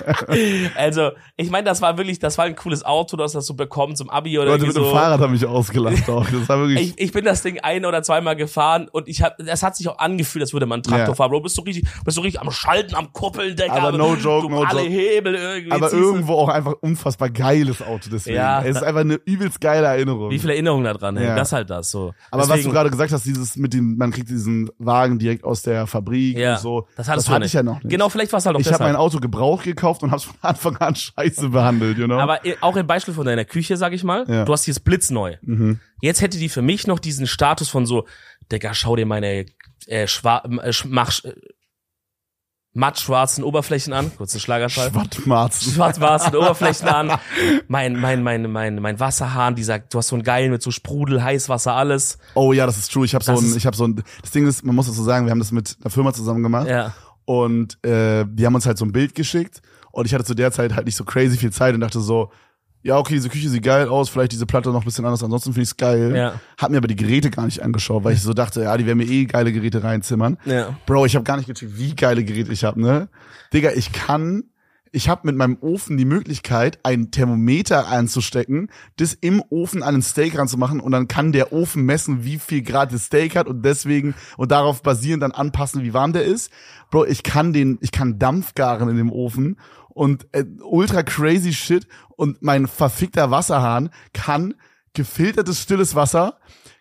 Also, ich meine, das war ein cooles Auto, du hast das so bekommen zum Abi oder Leute mit dem Fahrrad haben mich ausgelacht auch. Das war wirklich. Ich bin das Ding 1 oder 2 Mal gefahren und das hat sich auch angefühlt, als würde man einen Traktor fahren. Bro, bist du richtig am Schalten, am Kuppeln, Digga. Aber no joke, no alle joke. Hebel irgendwie. Aber irgendwo auch einfach unfassbar geiles Auto deswegen. Ja, es ist einfach eine übelst geile Erinnerung. Wie viele Erinnerungen da dran, ey. Das halt das so. Aber deswegen, was du gerade gesagt hast, dieses man kriegt diesen Wagen direkt aus der Fabrik und so. Das hatte ich ja noch nicht. Genau, vielleicht war es halt auch Ich habe mein Auto gebraucht gekauft und hab's von Anfang an scheiße behandelt, you know? Aber auch im Beispiel von deiner Küche, sag ich mal, du hast die jetzt blitzneu. Jetzt hätte die für mich noch diesen Status von so, Digga, schau dir meine mattschwarzen Oberflächen an. Kurze Schlagerschall. Schwarzmarzen. Oberflächen an. Mein Wasserhahn, du hast so einen geilen mit so Sprudel, Heißwasser, alles. Oh ja, das ist true. Das Ding ist, man muss das so sagen, wir haben das mit einer Firma zusammen gemacht. Ja. Und die haben uns halt so ein Bild geschickt. Und ich hatte zu der Zeit halt nicht so crazy viel Zeit und dachte so, ja, okay, diese Küche sieht geil aus, vielleicht diese Platte noch ein bisschen anders, ansonsten finde ich's geil. Ja. Hab mir aber die Geräte gar nicht angeschaut, weil ich so dachte, ja, die werden mir eh geile Geräte reinzimmern. Ja. Bro, ich habe gar nicht gecheckt, wie geile Geräte ich habe, ne? Digga, ich habe mit meinem Ofen die Möglichkeit, ein Thermometer anzustecken, das im Ofen an einen Steak ranzumachen und dann kann der Ofen messen, wie viel Grad das Steak hat und deswegen und darauf basierend dann anpassen, wie warm der ist. Bro, ich kann Dampf garen in dem Ofen und ultra crazy shit und mein verfickter Wasserhahn kann gefiltertes stilles Wasser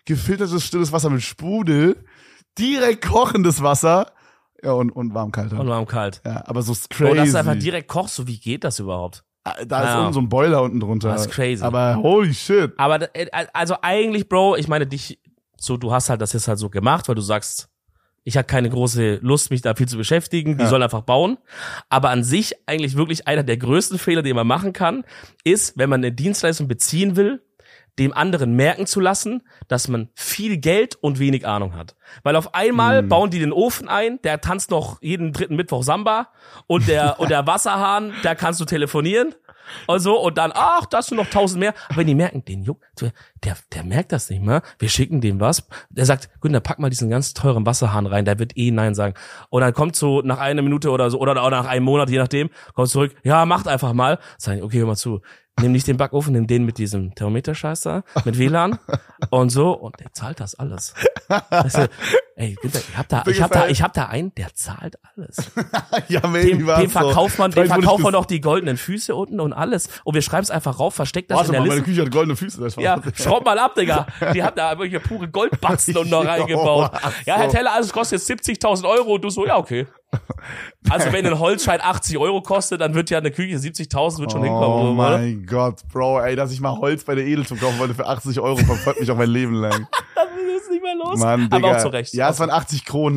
mit Sprudel, direkt kochendes Wasser. Ja, und warm-kalt. Und warm-kalt. Ja, aber so crazy. Oh, dass du einfach direkt kochst, so wie geht das überhaupt? Da ist unten so ein Boiler unten drunter. Das ist crazy. Aber holy shit. Aber, also eigentlich, Bro, ich meine du hast halt das jetzt halt so gemacht, weil du sagst, ich habe keine große Lust, mich da viel zu beschäftigen, die sollen einfach bauen. Aber an sich eigentlich wirklich einer der größten Fehler, den man machen kann, ist, wenn man eine Dienstleistung beziehen will, dem anderen merken zu lassen, dass man viel Geld und wenig Ahnung hat. Weil auf einmal bauen die den Ofen ein, der tanzt noch jeden dritten Mittwoch Samba und der Wasserhahn, da kannst du telefonieren und so und dann, ach, da hast du noch 1000 mehr. Aber wenn die merken, den Juck, der merkt das nicht mehr, wir schicken dem was, der sagt, gut, dann pack mal diesen ganz teuren Wasserhahn rein, der wird eh Nein sagen. Und dann kommt so nach einer Minute oder so, oder nach einem Monat, je nachdem, kommt zurück, ja, macht einfach mal. Sag ich, okay, hör mal zu. Nimm nicht den Backofen, nimm den mit diesem Thermometer-Scheiß da, mit WLAN und so, und der zahlt das alles. Weißt du, ey, ich hab da einen, der zahlt alles. Ja, maybe dem verkauft man noch die goldenen Füße unten und alles. Und wir schreiben es einfach rauf, versteckt das in der Liste. Meine Küche hat goldene Füße. Ja, schraub mal ab, Digga. Die haben da wirklich pure Goldbatzen und noch reingebaut. Ja, Herr Teller, also es kostet jetzt 70.000 Euro und du so, ja, okay. Also wenn ein Holzscheit 80 Euro kostet, dann wird ja eine Küche 70.000 wird schon hinkommen. Oh mein Gott, Bro, ey, dass ich mal Holz bei der Edeltum kaufen wollte für 80 Euro, verfolgt mich auch mein Leben lang. Das ist nicht mehr los. Mann, Digga. Aber auch zu Recht. Ja, es waren 80 Kronen,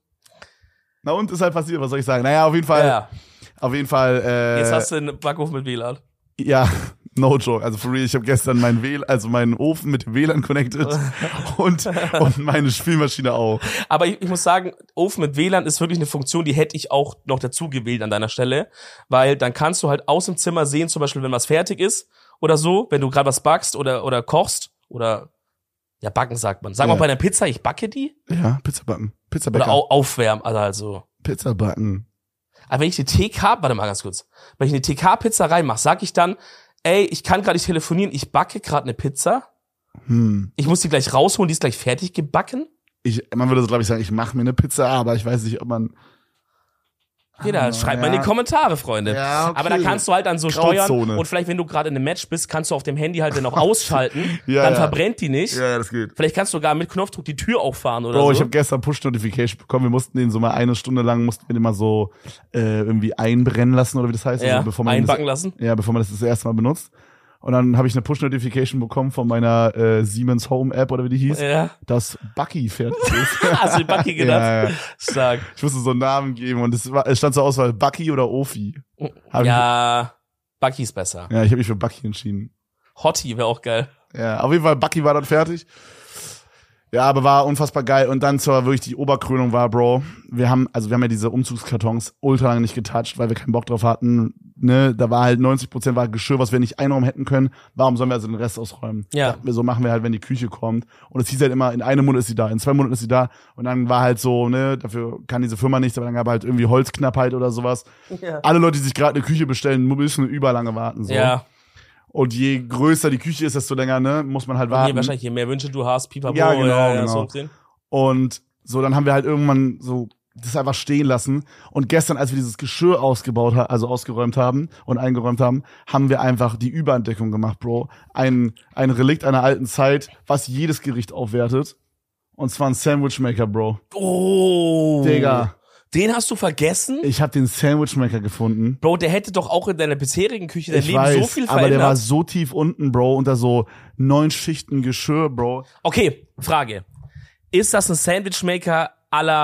na und ist halt passiert, was soll ich sagen? Naja, auf jeden Fall. Ja. Auf jeden Fall. Jetzt hast du einen Backofen mit WLAN. Ja, no joke. Also for real, ich habe gestern meinen Ofen mit dem WLAN connected und meine Spülmaschine auch. Aber ich muss sagen, Ofen mit WLAN ist wirklich eine Funktion, die hätte ich auch noch dazu gewählt an deiner Stelle, weil dann kannst du halt aus dem Zimmer sehen, zum Beispiel, wenn was fertig ist oder so, wenn du gerade was backst oder kochst oder ja, backen sagt man. Sag mal bei einer Pizza, ich backe die? Ja, Pizza backen. Pizzabäcker. Oder aufwärmen, also. Pizza backen. Aber wenn ich eine warte mal ganz kurz. Wenn ich eine TK-Pizza reinmache, sag ich dann, ey, ich kann gerade nicht telefonieren, ich backe gerade eine Pizza. Ich muss die gleich rausholen, die ist gleich fertig gebacken. Man würde so, glaube ich, sagen, ich mache mir eine Pizza, aber ich weiß nicht, ob man... Jeder, schreibt mal in die Kommentare, Freunde. Ja, okay. Aber da kannst du halt dann so Grauzone steuern und vielleicht, wenn du gerade in einem Match bist, kannst du auf dem Handy halt dann auch ausschalten, Ja, dann ja. verbrennt die nicht. Ja, das geht. Vielleicht kannst du sogar mit Knopfdruck die Tür auffahren oder Bro, so. ich habe gestern Push-Notification bekommen, wir mussten den so mal eine Stunde lang, mal so irgendwie einbrennen lassen, oder wie das heißt. Ja, also, bevor man einbacken lassen. Ja, bevor man das erste Mal benutzt. Und dann habe ich eine Push-Notification bekommen von meiner Siemens Home App, oder wie die hieß, Ja. dass Bucky fertig ist. Hast du Bucky gedacht? Ja. Stark. Ich musste so einen Namen geben und es stand zur Auswahl Bucky oder Ofi. Ja, Bucky ist besser. Ich habe mich für Bucky entschieden. Hottie wäre auch geil. Ja, auf jeden Fall, Bucky war dann fertig. Ja, aber war unfassbar geil. Und dann zwar wirklich die Oberkrönung war, Bro, wir haben ja diese Umzugskartons ultra lange nicht getoucht, weil wir keinen Bock drauf hatten. Ne, da war halt 90% war Geschirr, was wir nicht einräumen hätten können. Warum sollen wir also den Rest ausräumen? Ja. So machen wir halt, wenn die Küche kommt. Und es hieß halt immer, in einem Monat ist sie da, in 2 Monaten ist sie da. Und dann war halt so, ne, dafür kann diese Firma nichts, aber dann gab halt irgendwie Holzknappheit oder sowas. Ja. Alle Leute, die sich gerade eine Küche bestellen, müssen überlange warten. So. Ja. Und je größer die Küche ist, desto länger, ne, muss man halt Und warten. je mehr Wünsche du hast, pipapo. Ja, genau. So gesehen. Und so, dann haben wir halt irgendwann so das einfach stehen lassen. Und gestern, als wir dieses Geschirr ausgeräumt haben und eingeräumt haben, haben wir einfach die Überentdeckung gemacht, Bro. Ein Relikt einer alten Zeit, was jedes Gericht aufwertet. Und zwar ein Sandwichmaker, Bro. Oh. Digga. Den hast du vergessen? Ich habe den Sandwichmaker gefunden. Bro, der hätte doch auch in deiner bisherigen Küche dein Ich Leben weiß, so viel aber verändert. der war so tief unten, Bro, unter so 9 Schichten Geschirr, Bro. Okay, Frage. Ist das ein Sandwichmaker à la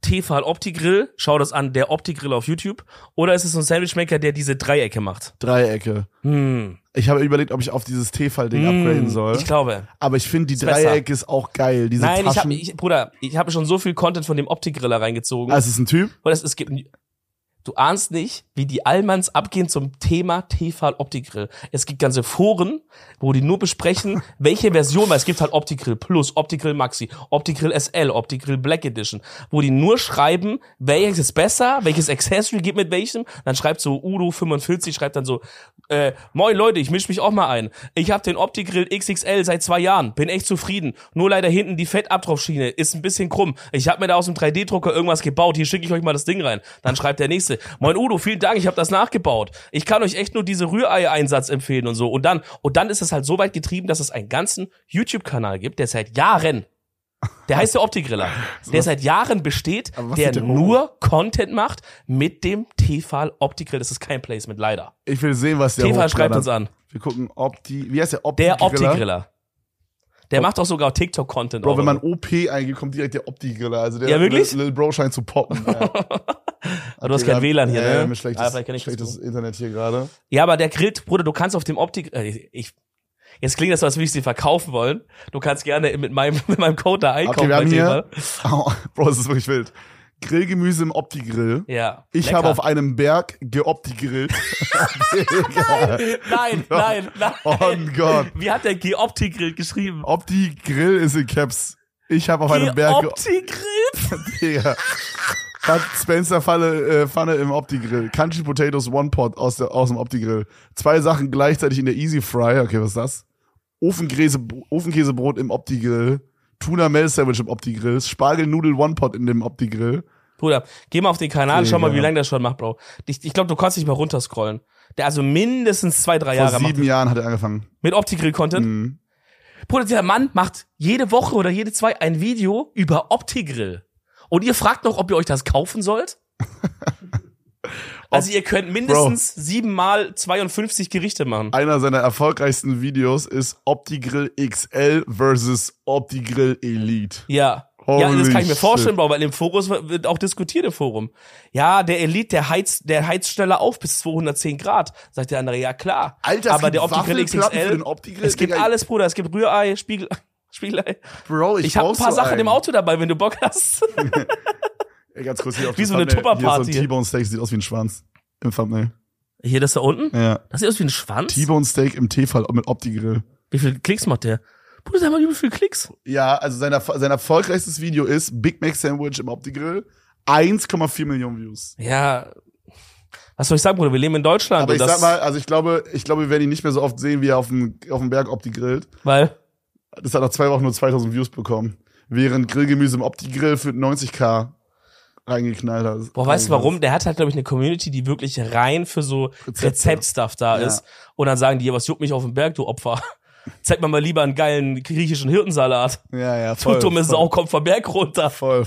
Tefal Opti-Grill, schau das an, der Opti-Grill auf YouTube, oder ist es so ein Sandwichmaker, der diese Dreiecke macht? Dreiecke. Ich habe überlegt, ob ich auf dieses Tefal-Ding upgraden soll. Ich glaube. Aber ich finde, die Dreiecke ist auch geil. Diese Nein, Taschen. ich habe schon so viel Content von dem Opti-Griller reingezogen. Also, es ist ein Typ? Du ahnst nicht, wie die Allmanns abgehen zum Thema Tefal Opti-Grill. Es gibt ganze Foren, wo die nur besprechen, welche Version, weil es gibt halt Opti-Grill Plus, Opti-Grill Maxi, Opti-Grill SL, Opti-Grill Black Edition, wo die nur schreiben, welches ist besser, welches Accessory geht mit welchem. Dann schreibt so Udo45, schreibt dann so, moin Leute, ich misch mich auch mal ein. Ich habe den Opti-Grill XXL seit 2 Jahren, bin echt zufrieden. Nur leider hinten die Fettabtropfschiene ist ein bisschen krumm. Ich habe mir da aus dem 3D-Drucker irgendwas gebaut, hier schicke ich euch mal das Ding rein. Dann schreibt der nächste, moin Udo, vielen Dank, ich habe das nachgebaut. Ich kann euch echt nur diese Rührei-Einsatz empfehlen und so. Und dann ist es halt so weit getrieben, dass es einen ganzen YouTube-Kanal gibt, der seit Jahren, der heißt der Opti-Griller, der seit Jahren besteht, der nur Content macht mit dem Tefal Opti-Grill. Das ist kein Placement, leider. Ich will sehen, was der Tefal schreibt uns an. Wir gucken wie heißt der Opti-Griller? Der Opti-Griller. Der macht auch sogar TikTok-Content. Bro, wenn man OP eingeht, kommt direkt der Opti-Griller. Also der ja, wirklich? Lil Bro scheint zu poppen. Ja. Aber du hast kein WLAN hier, ne? Ja, schlechtes Internet hier gerade. Ja, aber der grillt, Bruder, du kannst auf dem jetzt klingt das so, als würde ich sie verkaufen wollen. Du kannst gerne mit meinem Code da einkaufen. Okay, wir haben hier, Bro, das ist wirklich wild. Grillgemüse im Opti-Grill. Ja. Ich lecker. habe auf einem Berg geopti-grillt. Nein. Oh Gott. Wie hat der Geopti-Grill geschrieben? Opti-Grill ist in Caps. Ich habe auf einem Berg Geopti-Grill? Digga. Bud Spencer Pfanne im Opti-Grill. Country Potatoes One Pot aus dem Opti-Grill. 2 Sachen gleichzeitig in der Easy Fry. Okay, was ist das? Ofenkäsebrot im Opti-Grill. Tuna Mel Sandwich im Opti-Grill. Spargelnudel One Pot in dem Opti-Grill. Bruder, geh mal auf den Kanal, schau mal, wie lange der schon macht, Bro. Ich glaube, du kannst nicht mal runterscrollen. Der also mindestens 2-3 Jahre macht. Vor 7 Jahren hat er angefangen. Mit Opti-Grill-Content? Mhm. Bruder, dieser Mann macht jede Woche oder jede 2 ein Video über Opti-Grill. Und ihr fragt noch, ob ihr euch das kaufen sollt? Also ihr könnt mindestens 7 mal 52 Gerichte machen. Einer seiner erfolgreichsten Videos ist Opti-Grill XL versus Opti-Grill Elite. Ja. Holy ja, das kann ich mir shit. vorstellen, Bro, weil im Forum wird auch diskutiert im Forum. Ja, der Elite, der heizt schneller auf bis 210 Grad. Sagt der andere, ja klar. Alter, aber der Opti-Grill Waffelplatten für XXL, den Opti-Grill, es gibt Digga. alles, Bruder. Es gibt Rührei, Spiegelei. Bro, Ich habe ein paar Sachen im Auto dabei, wenn du Bock hast. Ey, ganz kurz hier auf Wie das so eine Thumbnail. Tupperparty. Hier ist so ein T-Bone Steak, sieht aus wie ein Schwanz. Im Thumbnail. Hier, das da unten? Ja. Das sieht aus wie ein Schwanz. T-Bone Steak im Tefal mit Opti-Grill. Wie viele Klicks macht der? Bruder, sag mal, wie viele Klicks? Ja, also sein erfolgreichstes Video ist Big Mac Sandwich im Opti-Grill. 1,4 Millionen Views. Ja. Was soll ich sagen, Bruder? Wir leben in Deutschland. Aber und ich sag mal, also ich glaube, wir werden ihn nicht mehr so oft sehen, wie er auf dem Berg Opti-Grillt. Weil? Das hat nach 2 Wochen nur 2000 Views bekommen. Während Grillgemüse im Opti-Grill für 90.000 reingeknallt hat. Boah, weißt du warum? Der hat halt, glaube ich, eine Community, die wirklich rein für so Rezeptstuff da ist. Und dann sagen die, was juckt mich auf dem Berg, du Opfer? Zeig mir mal lieber einen geilen griechischen Hirtensalat. Ja, voll. Du dumme Sau, kommt vom Berg runter. Voll.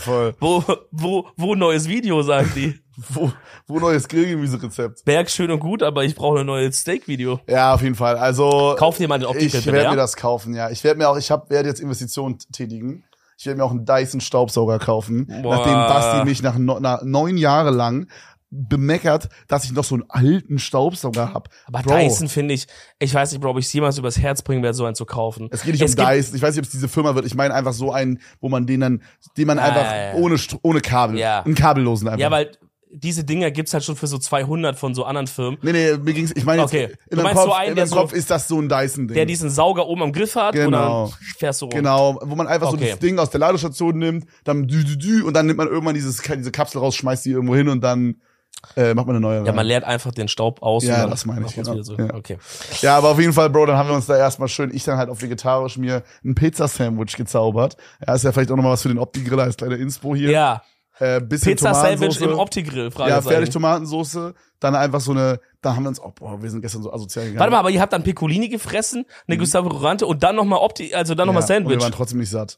Wo neues Video, sagen die. Wo neues Grillgemüse-Rezept? Berg schön und gut, aber ich brauche ein neues Steak-Video. Ja, auf jeden Fall. Also. Kauf dir mal den Opti-Grill, Ich werde mir das kaufen, ja. Ich werde jetzt Investitionen tätigen. Ich werde mir auch einen Dyson-Staubsauger kaufen. Boah. Nachdem Basti mich nach 9 Jahre lang bemeckert, dass ich noch so einen alten Staubsauger hab. Aber Bro, Dyson finde ich weiß nicht, Bro, ob ich es jemals übers Herz bringen werde, so einen zu kaufen. Es geht nicht um Dyson. Ich weiß nicht, ob es diese Firma wird. Ich meine einfach so einen, wo man den einfach ohne Kabel, einen kabellosen einfach. Ja, weil diese Dinger gibt's halt schon für so 200 von so anderen Firmen. Nee, mir ging's, ich meine jetzt, okay. in meinem Kopf ist das so ein Dyson-Ding. Der diesen Sauger oben am Griff hat und dann fährst du rum. Genau, wo man einfach so das Ding aus der Ladestation nimmt, dann und dann nimmt man irgendwann diese Kapsel raus, schmeißt die irgendwo hin und dann macht man eine neue rein. Ja, man leert einfach den Staub aus. Ja, und das meine ich. Genau. So. Ja. Okay. Ja, aber auf jeden Fall, Bro, dann haben wir uns da erstmal schön, ich dann halt auf vegetarisch mir ein Pizza-Sandwich gezaubert. Ja, ist ja vielleicht auch nochmal was für den Opti-Griller als kleine Inspo hier. Ja. Bisschen Pizza-Sandwich im Opti-Grill, Ja, fertig Tomatensoße, dann einfach so eine, da haben wir uns, wir sind gestern so asozial gegangen. Warte mal, aber ihr habt dann Piccolini gefressen, eine Gustavo Durante und dann nochmal nochmal Sandwich. Und wir waren trotzdem nicht satt.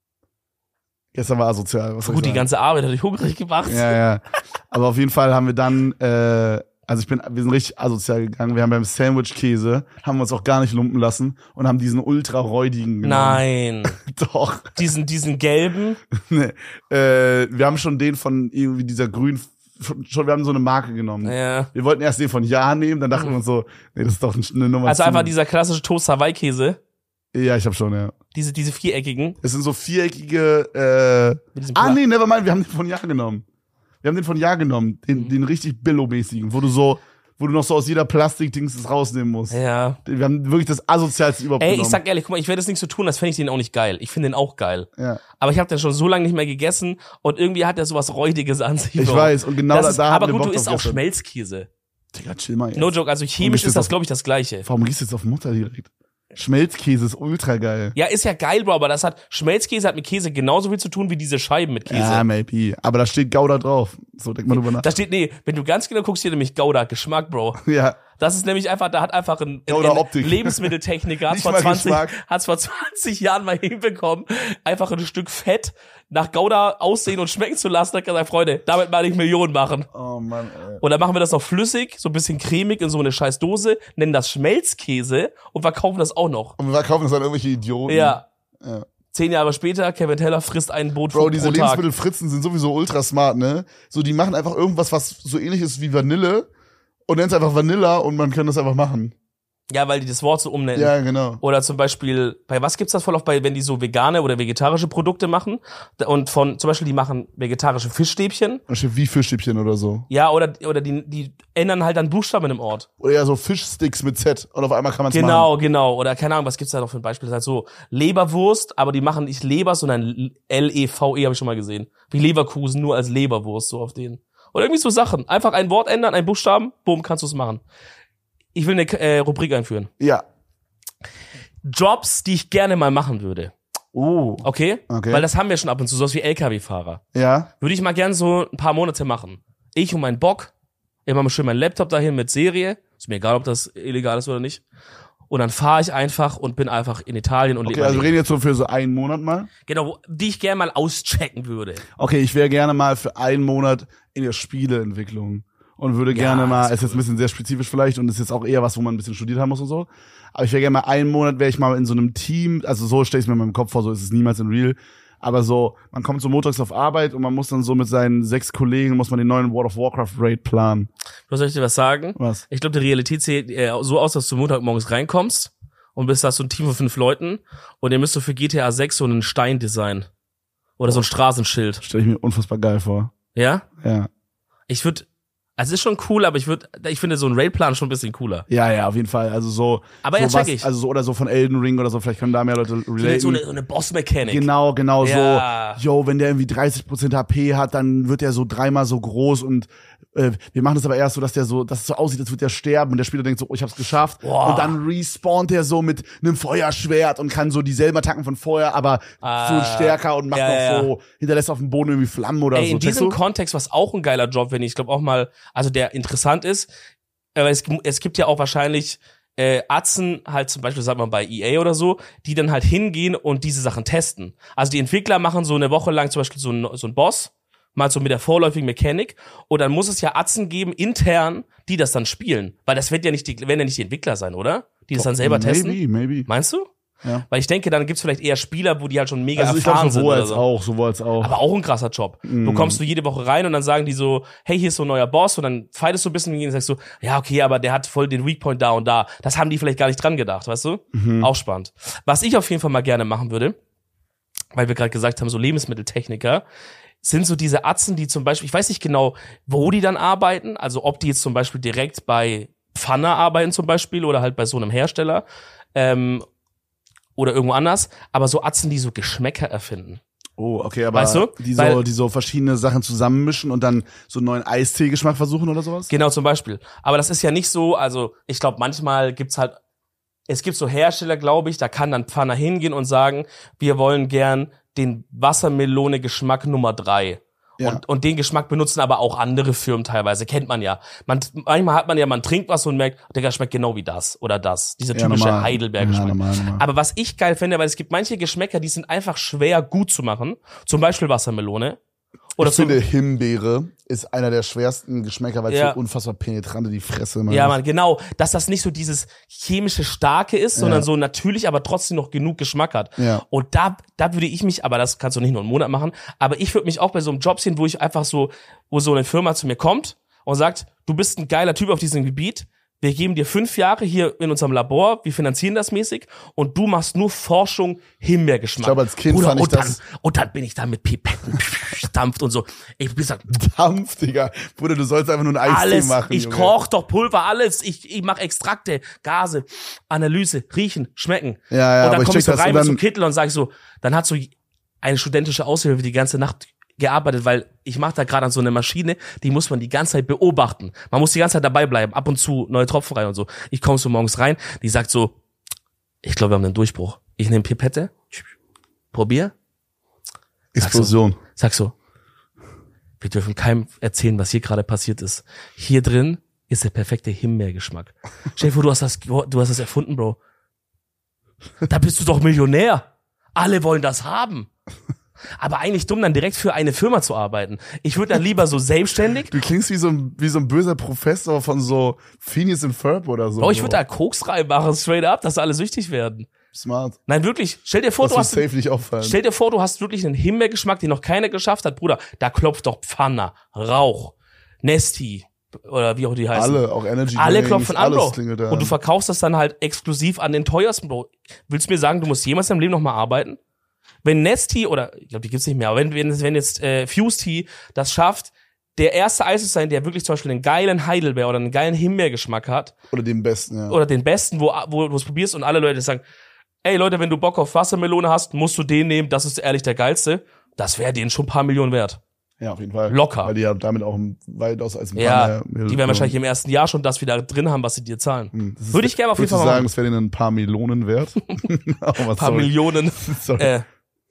Gestern war asozial. Was gut, die ganze Arbeit hat dich hungrig gemacht. Ja. Aber auf jeden Fall haben wir dann Also wir sind richtig asozial gegangen. Wir haben beim Sandwich-Käse, haben wir uns auch gar nicht lumpen lassen und haben diesen ultra räudigen genommen. Nein. Doch. Diesen gelben. Nee. Wir haben schon den von irgendwie dieser grünen, wir haben so eine Marke genommen. Ja. Wir wollten erst den von Ja nehmen, dann dachten wir uns so, nee, das ist doch eine Nummer. Also einfach dieser klassische Toast-Hawaii-Käse. Ja, ich hab schon, ja. Diese viereckigen. Es sind so viereckige, nee, nevermind, wir haben den von Ja genommen. Wir haben den von Ja genommen, den richtig Billo-mäßigen, wo du noch so aus jeder Plastikdings das rausnehmen musst. Ja. Wir haben wirklich das asozialste überhaupt genommen. Ich sag ehrlich, guck mal, ich werde das nicht so tun, als fände ich den auch nicht geil. Ich finde den auch geil. Ja. Aber ich habe den schon so lange nicht mehr gegessen und irgendwie hat der sowas Räudiges an sich. Ich weiß, und genau da haben aber wir gut, Bock du isst drauf auch gestern. Schmelzkäse. Digga, chill mal jetzt. No joke, also chemisch ist das, glaube ich, das Gleiche. Warum gehst du jetzt auf Mutter direkt? Schmelzkäse ist ultra geil. Ja, ist ja geil, Bro, aber Schmelzkäse hat mit Käse genauso viel zu tun wie diese Scheiben mit Käse. Ja, maybe. Aber da steht Gouda drauf. So, denk mal drüber nach. Da steht, wenn du ganz genau guckst, hier nämlich Gouda, Geschmack, Bro. Ja. Das ist nämlich einfach, da hat einfach ein Optik. Lebensmitteltechniker, hat's vor 20 Jahren mal hinbekommen, einfach ein Stück Fett nach Gouda aussehen und schmecken zu lassen. Da hat gesagt, Freunde, damit mal nicht Millionen machen. Oh Mann, ey. Und dann machen wir das noch flüssig, so ein bisschen cremig in so eine scheiß Dose, nennen das Schmelzkäse und verkaufen das auch noch. Und wir verkaufen das an irgendwelche Idioten. Ja. Ja. 10 Jahre später, Kevin Teller frisst ein Boot Bro, pro diese Tag. Lebensmittelfritzen sind sowieso ultra smart, ne? So, die machen einfach irgendwas, was so ähnlich ist wie Vanille und nennt es einfach Vanilla und man kann das einfach machen. Ja, weil die das Wort so umnennen. Ja, genau. Oder zum Beispiel, bei was gibt's das voll oft, wenn die so vegane oder vegetarische Produkte machen und zum Beispiel die machen vegetarische Fischstäbchen. Wie Fischstäbchen oder so. Ja, oder die ändern halt dann Buchstaben in einem Ort. Oder ja, so Fischsticks mit Z und auf einmal kann man es machen. Genau. Oder keine Ahnung, was gibt's da noch für ein Beispiel? Das ist halt so Leberwurst, aber die machen nicht Leber, sondern L-E-V-E habe ich schon mal gesehen. Wie Leverkusen, nur als Leberwurst, so auf denen. Oder irgendwie so Sachen. Einfach ein Wort ändern, ein Buchstaben, boom, kannst du's machen. Ich will eine Rubrik einführen. Ja. Jobs, die ich gerne mal machen würde. Okay? Weil das haben wir schon ab und zu, sowas wie LKW-Fahrer. Ja. Würde ich mal gern so ein paar Monate machen. Ich und mein Bock, immer mal schön meinen Laptop dahin mit Serie. Ist mir egal, ob das illegal ist oder nicht. Und dann fahre ich einfach und bin einfach in Italien und lebe. Okay, also wir reden jetzt so für so einen Monat mal. Genau, die ich gerne mal auschecken würde. Okay, ich wäre gerne mal für einen Monat in der Spieleentwicklung. Und würde gerne mal, ist jetzt ein bisschen sehr spezifisch vielleicht und ist jetzt auch eher was, wo man ein bisschen studiert haben muss und so. Aber ich wäre gerne mal einen Monat, wäre ich mal in so einem Team, also so stelle ich es mir in meinem Kopf vor, so ist es niemals in real. Aber so, man kommt so montags auf Arbeit und man muss dann so mit seinen 6 Kollegen, muss man den neuen World of Warcraft Raid planen. Soll ich dir was sagen? Was? Ich glaube, die Realität sieht so aus, dass du Montagmorgens reinkommst und bist da so ein Team von 5 Leuten und ihr müsst so für GTA 6 so einen Stein designen. Oder so ein Straßenschild. Stelle ich mir unfassbar geil vor. Ja? Ja. Also ist schon cool, aber ich finde so ein Raidplan schon ein bisschen cooler. Ja, auf jeden Fall. Also so. Aber ja, check ich. Also so, oder so von Elden Ring oder so, vielleicht können da mehr Leute relaten. So eine Boss-Mechanik. Genau, Ja. so. Wenn der irgendwie 30% HP hat, dann wird er so 3-mal so groß und wir machen das aber erst so, dass es so aussieht, als würde der sterben und der Spieler denkt so, oh, ich hab's geschafft. Boah. Und dann respawnt er so mit einem Feuerschwert und kann so dieselben Attacken von vorher, aber so stärker und macht noch so, hinterlässt auf dem Boden irgendwie Flammen oder so. In diesem Kontext, was auch ein geiler Job, wenn ich glaube auch mal, also der interessant ist, aber es gibt ja auch wahrscheinlich Atzen halt zum Beispiel, sagt man bei EA oder so, die dann halt hingehen und diese Sachen testen. Also die Entwickler machen so eine Woche lang zum Beispiel so ein Boss, mal so mit der vorläufigen Mechanik, und dann muss es ja Atzen geben, intern, die das dann spielen. Weil das werden ja nicht die Entwickler sein, oder? Die das dann selber testen. Maybe. Meinst du? Ja. Weil ich denke, dann gibt's vielleicht eher Spieler, wo die halt schon mega Also ich erfahren glaube, sind oder so. sowohl als auch. Aber auch ein krasser Job. Du kommst jede Woche rein und dann sagen die so, hey, hier ist so ein neuer Boss, und dann fightest du ein bisschen und sagst so, ja, okay, aber der hat voll den Weakpoint da und da. Das haben die vielleicht gar nicht dran gedacht, weißt du? Auch spannend. Was ich auf jeden Fall mal gerne machen würde, weil wir gerade gesagt haben, so Lebensmitteltechniker, sind so diese Atzen, die zum Beispiel, ich weiß nicht genau, wo die dann arbeiten, also ob die jetzt zum Beispiel direkt bei Pfanner arbeiten zum Beispiel oder halt bei so einem Hersteller, oder irgendwo anders, aber so Atzen, die so Geschmäcker erfinden. Oh, okay, aber weißt du? die so verschiedene Sachen zusammenmischen und dann so einen neuen Eistee-Geschmack versuchen oder sowas? Genau, zum Beispiel. Aber das ist ja nicht so, also ich glaube, manchmal es gibt so Hersteller, glaube ich, da kann dann Pfanner hingehen und sagen, wir wollen gern den Wassermelone-Geschmack Nummer 3. Ja. Und den Geschmack benutzen aber auch andere Firmen teilweise, kennt man ja. Manchmal hat man ja, man trinkt was und merkt, der schmeckt genau wie das oder das. Dieser typische normal. Heidelberg-Geschmack. Ja, normal. Aber was ich geil finde, weil es gibt manche Geschmäcker, die sind einfach schwer gut zu machen. Zum Beispiel Wassermelone. Oder ich finde, Himbeere ist einer der schwersten Geschmäcker, weil es so unfassbar penetrant in die Fresse immer ja, ist. Mann, genau. Dass das nicht so dieses chemische Starke ist, sondern so natürlich, aber trotzdem noch genug Geschmack hat. Ja. Und da würde ich mich, aber das kannst du nicht nur einen Monat machen, aber ich würde mich auch bei so einem Job sehen, wo ich einfach so, wo so eine Firma zu mir kommt und sagt, du bist ein geiler Typ auf diesem Gebiet, wir geben dir 5 Jahre hier in unserem Labor, wir finanzieren das mäßig und du machst nur Forschung, Himbeergeschmack. Ich glaube, als Kind Bruder, fand ich das... Und dann bin ich da mit Pipetten, dampft und so. Ich bin gesagt, Dampf, Digga. Bruder, du sollst einfach nur ein Eistee alles, machen, ich Junge. koch doch Pulver, alles. Ich mache Extrakte, Gase, Analyse, riechen, schmecken. Ja, und dann aber komme ich so check das. rein Und mit so dann- einem Kittel und sage so, dann hat so eine studentische Aushilfe die ganze Nacht gearbeitet, weil ich mache da gerade an so einer Maschine, die muss man die ganze Zeit beobachten. Man muss die ganze Zeit dabei bleiben, ab und zu neue Tropfen rein und so. Ich komme so morgens rein, die sagt so, ich glaube, wir haben einen Durchbruch. Ich nehme Pipette, probier, Explosion. sag so, wir dürfen keinem erzählen, was hier gerade passiert ist. Hier drin ist der perfekte Himbeergeschmack. Stell dir vor, du hast das erfunden, Bro. Da bist du doch Millionär. Alle wollen das haben. Aber eigentlich dumm, dann direkt für eine Firma zu arbeiten. Ich würde dann lieber so selbstständig. Du klingst wie so ein böser Professor von so Phineas and Ferb oder so. Bro, ich würde da Koks reinmachen, straight up, dass alle süchtig werden. Smart. Nein, wirklich. Stell dir vor, Das du wird hast, safe nicht auffallen. stell dir vor, du hast wirklich einen Himbeergeschmack, den noch keiner geschafft hat, Bruder. Da klopft doch Pfanner, Rauch, Nesti oder wie auch die heißen. Alle, auch Energy Alle Drinks, klopfen an, alles Bro. klingelt da Und du an. verkaufst das dann halt exklusiv an den teuersten, Bro. Willst du mir sagen, du musst jemals in deinem Leben nochmal arbeiten? Wenn Nesti oder, ich glaube, die gibt's nicht mehr, aber wenn jetzt Fuse Tea das schafft, der erste Eis zu sein, der wirklich zum Beispiel einen geilen Heidelbeer oder einen geilen Himbeergeschmack hat, Oder den besten, ja. oder den besten, wo du es probierst und alle Leute sagen, ey Leute, wenn du Bock auf Wassermelone hast, musst du den nehmen, das ist ehrlich der geilste. Das wäre denen schon ein paar Millionen wert. Ja, auf jeden Fall. Locker. Weil die ja damit auch weitaus als ein Ja, paar mehr die werden wahrscheinlich im ersten Jahr schon das wieder drin haben, was sie dir zahlen. Das ist- Würde ich gerne auf jeden Würdest Fall du mal sagen, machen. das wäre denen ein paar Melonen wert? Ein paar Millionen. Sorry.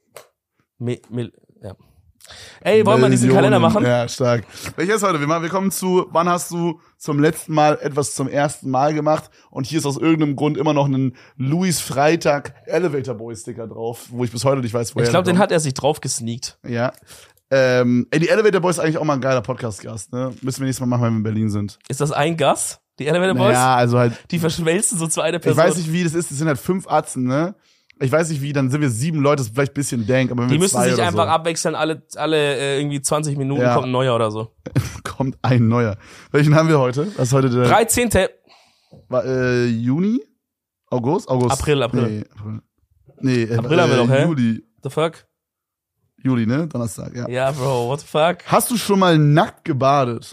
Ja. Ey, wollen wir diesen Kalender machen? Ja, stark. Welches heute? Wir kommen zu, wann hast du zum letzten Mal etwas zum ersten Mal gemacht? Und hier ist aus irgendeinem Grund immer noch ein Louis Freitag Elevator Boy Sticker drauf, wo ich bis heute nicht weiß, woher Ich glaube, der den kommt. hat er sich drauf gesneakt. Ja. Ey, die Elevator Boys ist eigentlich auch mal ein geiler Podcast-Gast, ne? Müssen wir nächstes Mal machen, wenn wir in Berlin sind. Ist das ein Gas? Die Elevator Boys? Ja, also halt, Die verschmelzen so zu einer ich Person. weiß nicht, wie das ist, das sind halt 5 Atzen, ne? Ich weiß nicht wie, dann sind wir 7 Leute, das ist vielleicht ein bisschen dank, aber wenn Die wir müssen 2 sich oder einfach so, abwechseln, alle irgendwie 20 Minuten Ja. kommt ein neuer oder so. kommt ein neuer. Welchen haben wir heute? Was ist heute der 13. Juni? August? April. Nee, April. Nee, April haben wir doch, hä? Juli. The fuck? Juli, ne? Donnerstag, ja. Ja, Bro, what the fuck? Hast du schon mal nackt gebadet?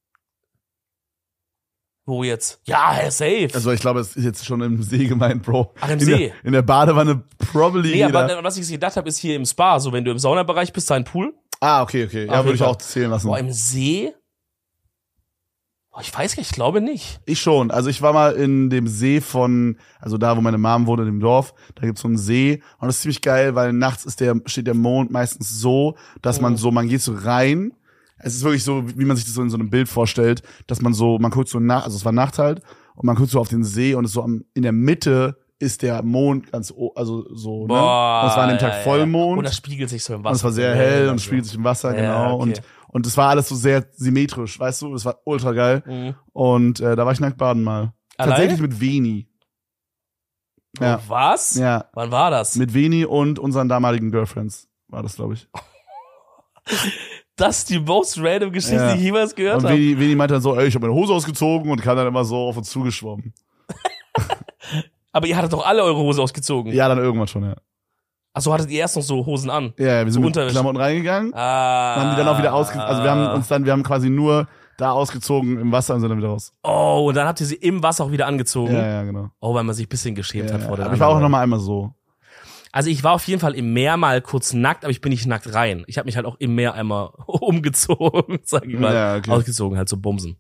Wo jetzt? Ja, safe. Also ich glaube, es ist jetzt schon im See gemeint, Bro. Ach, im in See? In der Badewanne probably Nee, jeder. aber was ich gedacht habe, ist hier im Spa, so wenn du im Saunabereich bist, da ein Pool. Ah, okay. Auf Ja, jeden würde ich Fall. auch zählen lassen. Boah, im See? Boah, ich weiß gar nicht, ich glaube nicht. Ich schon. Also ich war mal in dem See von, also da, wo meine Mom wohnt, in dem Dorf, da gibt's so einen See und das ist ziemlich geil, weil nachts steht der Mond meistens so, dass man geht so rein. Es ist wirklich so, wie man sich das so in so einem Bild vorstellt, dass man guckt so nach, also es war Nacht halt, und man guckt so auf den See und es so in der Mitte ist der Mond also so, ne? Und es war an dem Tag Vollmond. Und das spiegelt sich so im Wasser. Und es war sehr hell und spielt sich im Wasser, Ja, genau. okay. Und es war alles so sehr symmetrisch, weißt du? Es war ultra geil. Mhm. Und da war ich nackt baden mal. Alleine? Tatsächlich mit Veni. Ja. Oh, was? Ja. Wann war das? Mit Veni und unseren damaligen Girlfriends war das, glaube ich. Das ist die most random Geschichte, Ja. die ich jemals gehört Und habe. Veni meinte dann so, ey, ich habe meine Hose ausgezogen und kam dann immer so auf uns zugeschwommen. Aber ihr hattet doch alle eure Hose ausgezogen. Ja, dann irgendwann schon, ja. Achso, hattet ihr erst noch so Hosen an? Ja, wir sind mit Unterwäsche. Klamotten reingegangen. Ah. Haben die dann auch wieder also wir haben quasi nur da ausgezogen im Wasser und sind dann wieder raus. Oh, und dann habt ihr sie im Wasser auch wieder angezogen. Ja, genau. Oh, weil man sich ein bisschen geschämt hat Ja, vor der aber ich war auch anderen. noch mal einmal so. Also ich war auf jeden Fall im Meer mal kurz nackt, aber ich bin nicht nackt rein. Ich habe mich halt auch im Meer einmal umgezogen, sag ich mal. Ja, okay. Ausgezogen, halt so bumsen.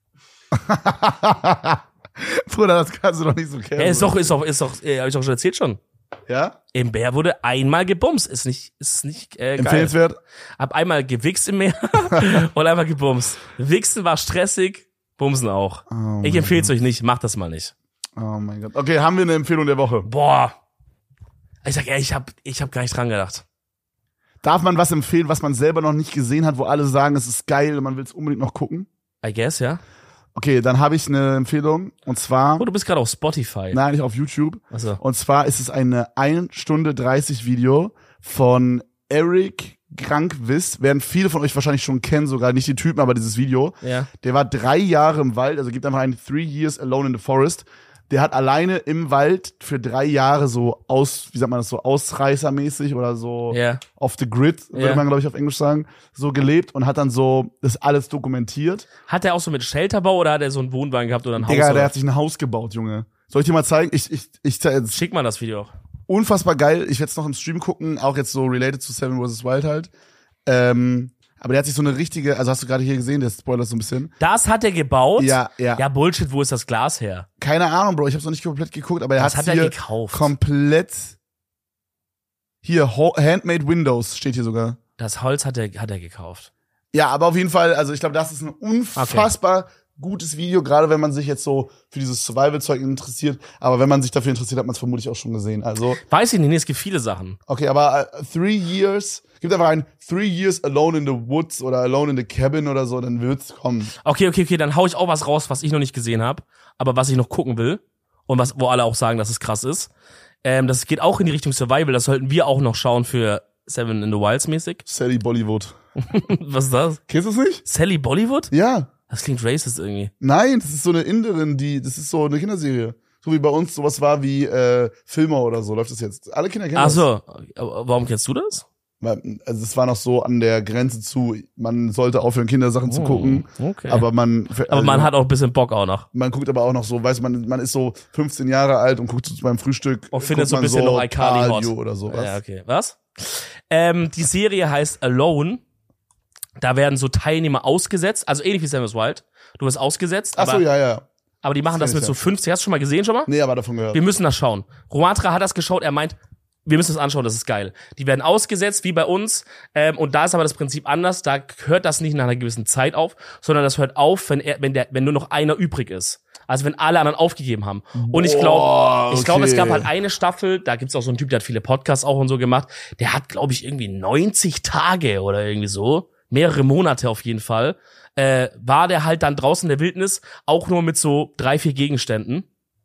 Bruder, das kannst du doch nicht so kennen. Ja, ist doch, hab ich doch schon erzählt schon. Ja? Im Meer wurde einmal gebumst. Ist nicht geil. Empfehlenswert? Hab einmal gewichst im Meer und einmal gebumst. Wichsen war stressig, bumsen auch. Oh Ich empfehle es euch nicht, macht das mal nicht. Oh mein Gott. Okay, haben wir eine Empfehlung der Woche? Boah. Ich sag ehrlich, ich hab gar nicht dran gedacht. Darf man was empfehlen, was man selber noch nicht gesehen hat, wo alle sagen, es ist geil und man will es unbedingt noch gucken? I guess, ja. Okay, dann habe ich eine Empfehlung und zwar... Oh, du bist gerade auf Spotify. Nein, nicht auf YouTube. Ach so. Und zwar ist es eine 1 Stunde 30 Video von Eric Grankvist. Werden viele von euch wahrscheinlich schon kennen, sogar nicht die Typen, aber dieses Video. Ja. Der war 3 Jahre im Wald, also gibt einfach einen 3 Years Alone in the Forest. Der hat alleine im Wald für 3 Jahre so wie sagt man das, so ausreißermäßig oder so Ja. off the grid, würde man, glaube ich, auf Englisch sagen, so gelebt und hat dann so das alles dokumentiert. Hat er auch so mit Shelterbau oder hat er so einen Wohnwagen gehabt oder ein Haus? Digga, oder? der hat sich ein Haus gebaut, Junge. Soll ich dir mal zeigen? Schick mal das Video auch. Unfassbar geil. Ich werde es noch im Stream gucken, auch jetzt so related zu Seven vs. Wild halt. Aber der hat sich so eine richtige, also hast du gerade hier gesehen, der spoilert so ein bisschen. Das hat er gebaut? Ja. Ja, Bullshit, wo ist das Glas her? Keine Ahnung, Bro, ich hab's noch nicht komplett geguckt, aber Das er hat hat er hier gekauft. komplett hier Handmade Windows steht hier sogar. Das Holz hat er gekauft. Ja, aber auf jeden Fall, also ich glaube, das ist ein unfassbar gutes Video, gerade wenn man sich jetzt so für dieses Survival-Zeug interessiert. Aber wenn man sich dafür interessiert, hat man es vermutlich auch schon gesehen. Also Weiß ich nicht, nee, es gibt viele Sachen. okay, aber 3 Years, gibt einfach ein 3 Years Alone in the Woods oder Alone in the Cabin oder so, dann wird's kommen. Okay, dann hau ich auch was raus, was ich noch nicht gesehen habe, aber was ich noch gucken will und wo alle auch sagen, dass es krass ist. Das geht auch in die Richtung Survival, das sollten wir auch noch schauen für Seven in the Wilds mäßig. Sally Bollywood. Was ist das? Kennst du es nicht? Sally Bollywood? Ja. Das klingt racist irgendwie. Nein, das ist so eine Inderin, das ist so eine Kinderserie. So wie bei uns sowas war wie Filmer oder so, läuft das jetzt. Alle Kinder kennen Ach das. so, warum kennst du das? Also es war noch so an der Grenze zu, man sollte aufhören, Kindersachen zu gucken. Okay. Aber man hat auch ein bisschen Bock auch noch. Man guckt aber auch noch so, weißt du, man ist so 15 Jahre alt und guckt so beim Frühstück. Und findet guckt so ein man bisschen noch iCarly Palio hot. oder sowas. Ja, okay. Was? Die Serie heißt Alone. Da werden so Teilnehmer ausgesetzt, also ähnlich wie Seven vs. Wild. Du wirst ausgesetzt, Ach so, ja. aber die machen das mit so 50. Hast du schon mal gesehen schon mal? Nee, aber davon gehört. Wir müssen das schauen. Romatra hat das geschaut, er meint, wir müssen das anschauen, das ist geil. Die werden ausgesetzt, wie bei uns, und da ist aber das Prinzip anders, da hört das nicht nach einer gewissen Zeit auf, sondern das hört auf, wenn nur noch einer übrig ist. Also wenn alle anderen aufgegeben haben. Und ich glaube, es gab halt eine Staffel, da gibt's auch so einen Typ, der hat viele Podcasts auch und so gemacht, der hat, glaube ich, irgendwie 90 Tage oder irgendwie so, mehrere Monate auf jeden Fall, war der halt dann draußen in der Wildnis, auch nur mit so 3-4 Gegenständen.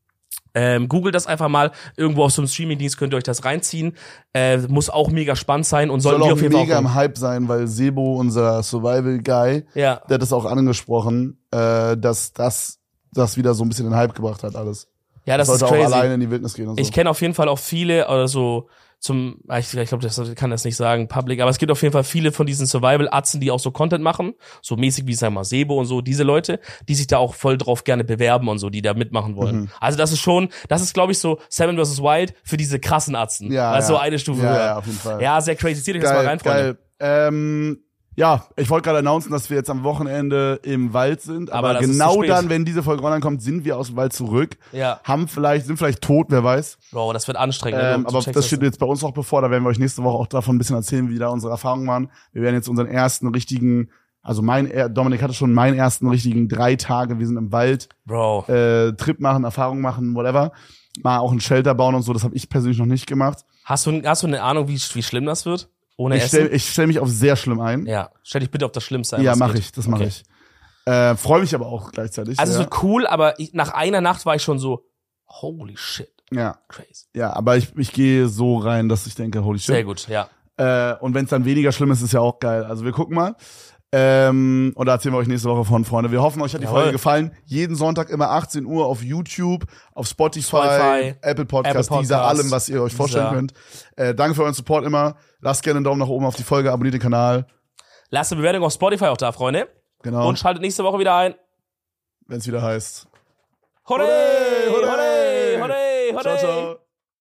Googelt das einfach mal, irgendwo auf so einem Streamingdienst könnt ihr euch das reinziehen. Muss auch mega spannend sein und soll auch auf jeden Fall mega im Hype sein, weil Sebo, unser Survival-Guy, Ja. der hat das auch angesprochen, dass das wieder so ein bisschen in den Hype gebracht hat, alles. Ja, das ist sollte auch crazy. alleine in die Wildnis gehen und so. Ich kenne auf jeden Fall auch viele oder so ich glaube, das kann das nicht sagen, public, aber es gibt auf jeden Fall viele von diesen Survival-Atzen, die auch so Content machen, so mäßig wie, sagen wir mal, Sebo und so, diese Leute, die sich da auch voll drauf gerne bewerben und so, die da mitmachen wollen. Also das ist, glaube ich, so Seven vs. Wild für diese krassen Atzen. Ja, also ja. eine Stufe Ja, höher. ja, auf jeden Fall. Ja, sehr crazy. Zieht euch das mal rein, Freunde. Geil. Ja, ich wollte gerade announcen, dass wir jetzt am Wochenende im Wald sind, aber das ist genau zu spät. dann, wenn diese Folge online kommt, sind wir aus dem Wald zurück. Ja. Sind vielleicht tot, wer weiß. Bro, das wird anstrengend. Ne? Du Aber checkst das steht jetzt bei uns noch bevor, da werden wir euch nächste Woche auch davon ein bisschen erzählen, wie da unsere Erfahrungen waren. Wir werden jetzt unseren ersten richtigen, also Dominik hatte schon meinen ersten richtigen 3 Tage, wir sind im Wald, Bro. Trip machen, Erfahrung machen, whatever. Mal auch ein Shelter bauen und so, das habe ich persönlich noch nicht gemacht. Hast du eine Ahnung, wie schlimm das wird? Ohne Essen? Ich stell mich auf sehr schlimm ein. Ja, stell dich bitte auf das Schlimmste ein. Ja, was mache geht. ich, das mache Okay. ich. Freue mich aber auch gleichzeitig. Also sehr. so cool, aber nach einer Nacht war ich schon so, holy shit, Ja, crazy. ja, aber ich gehe so rein, dass ich denke, holy shit. Sehr gut, ja. Und wenn es dann weniger schlimm ist, ist ja auch geil. Also wir gucken mal. Und da erzählen wir euch nächste Woche von, Freunde. Wir hoffen, euch hat die Jawohl. Folge gefallen. Jeden Sonntag immer 18 Uhr auf YouTube, auf Spotify, Apple Podcasts, dieser allem, was ihr euch vorstellen könnt. Danke für euren Support immer. Lasst gerne einen Daumen nach oben auf die Folge, abonniert den Kanal. Lasst eine Bewertung auf Spotify auch da, Freunde. Genau. Und schaltet nächste Woche wieder ein. Wenn es wieder heißt. Hooray! Hooray! Hooray! Hooray! Hooray! Ciao, ciao.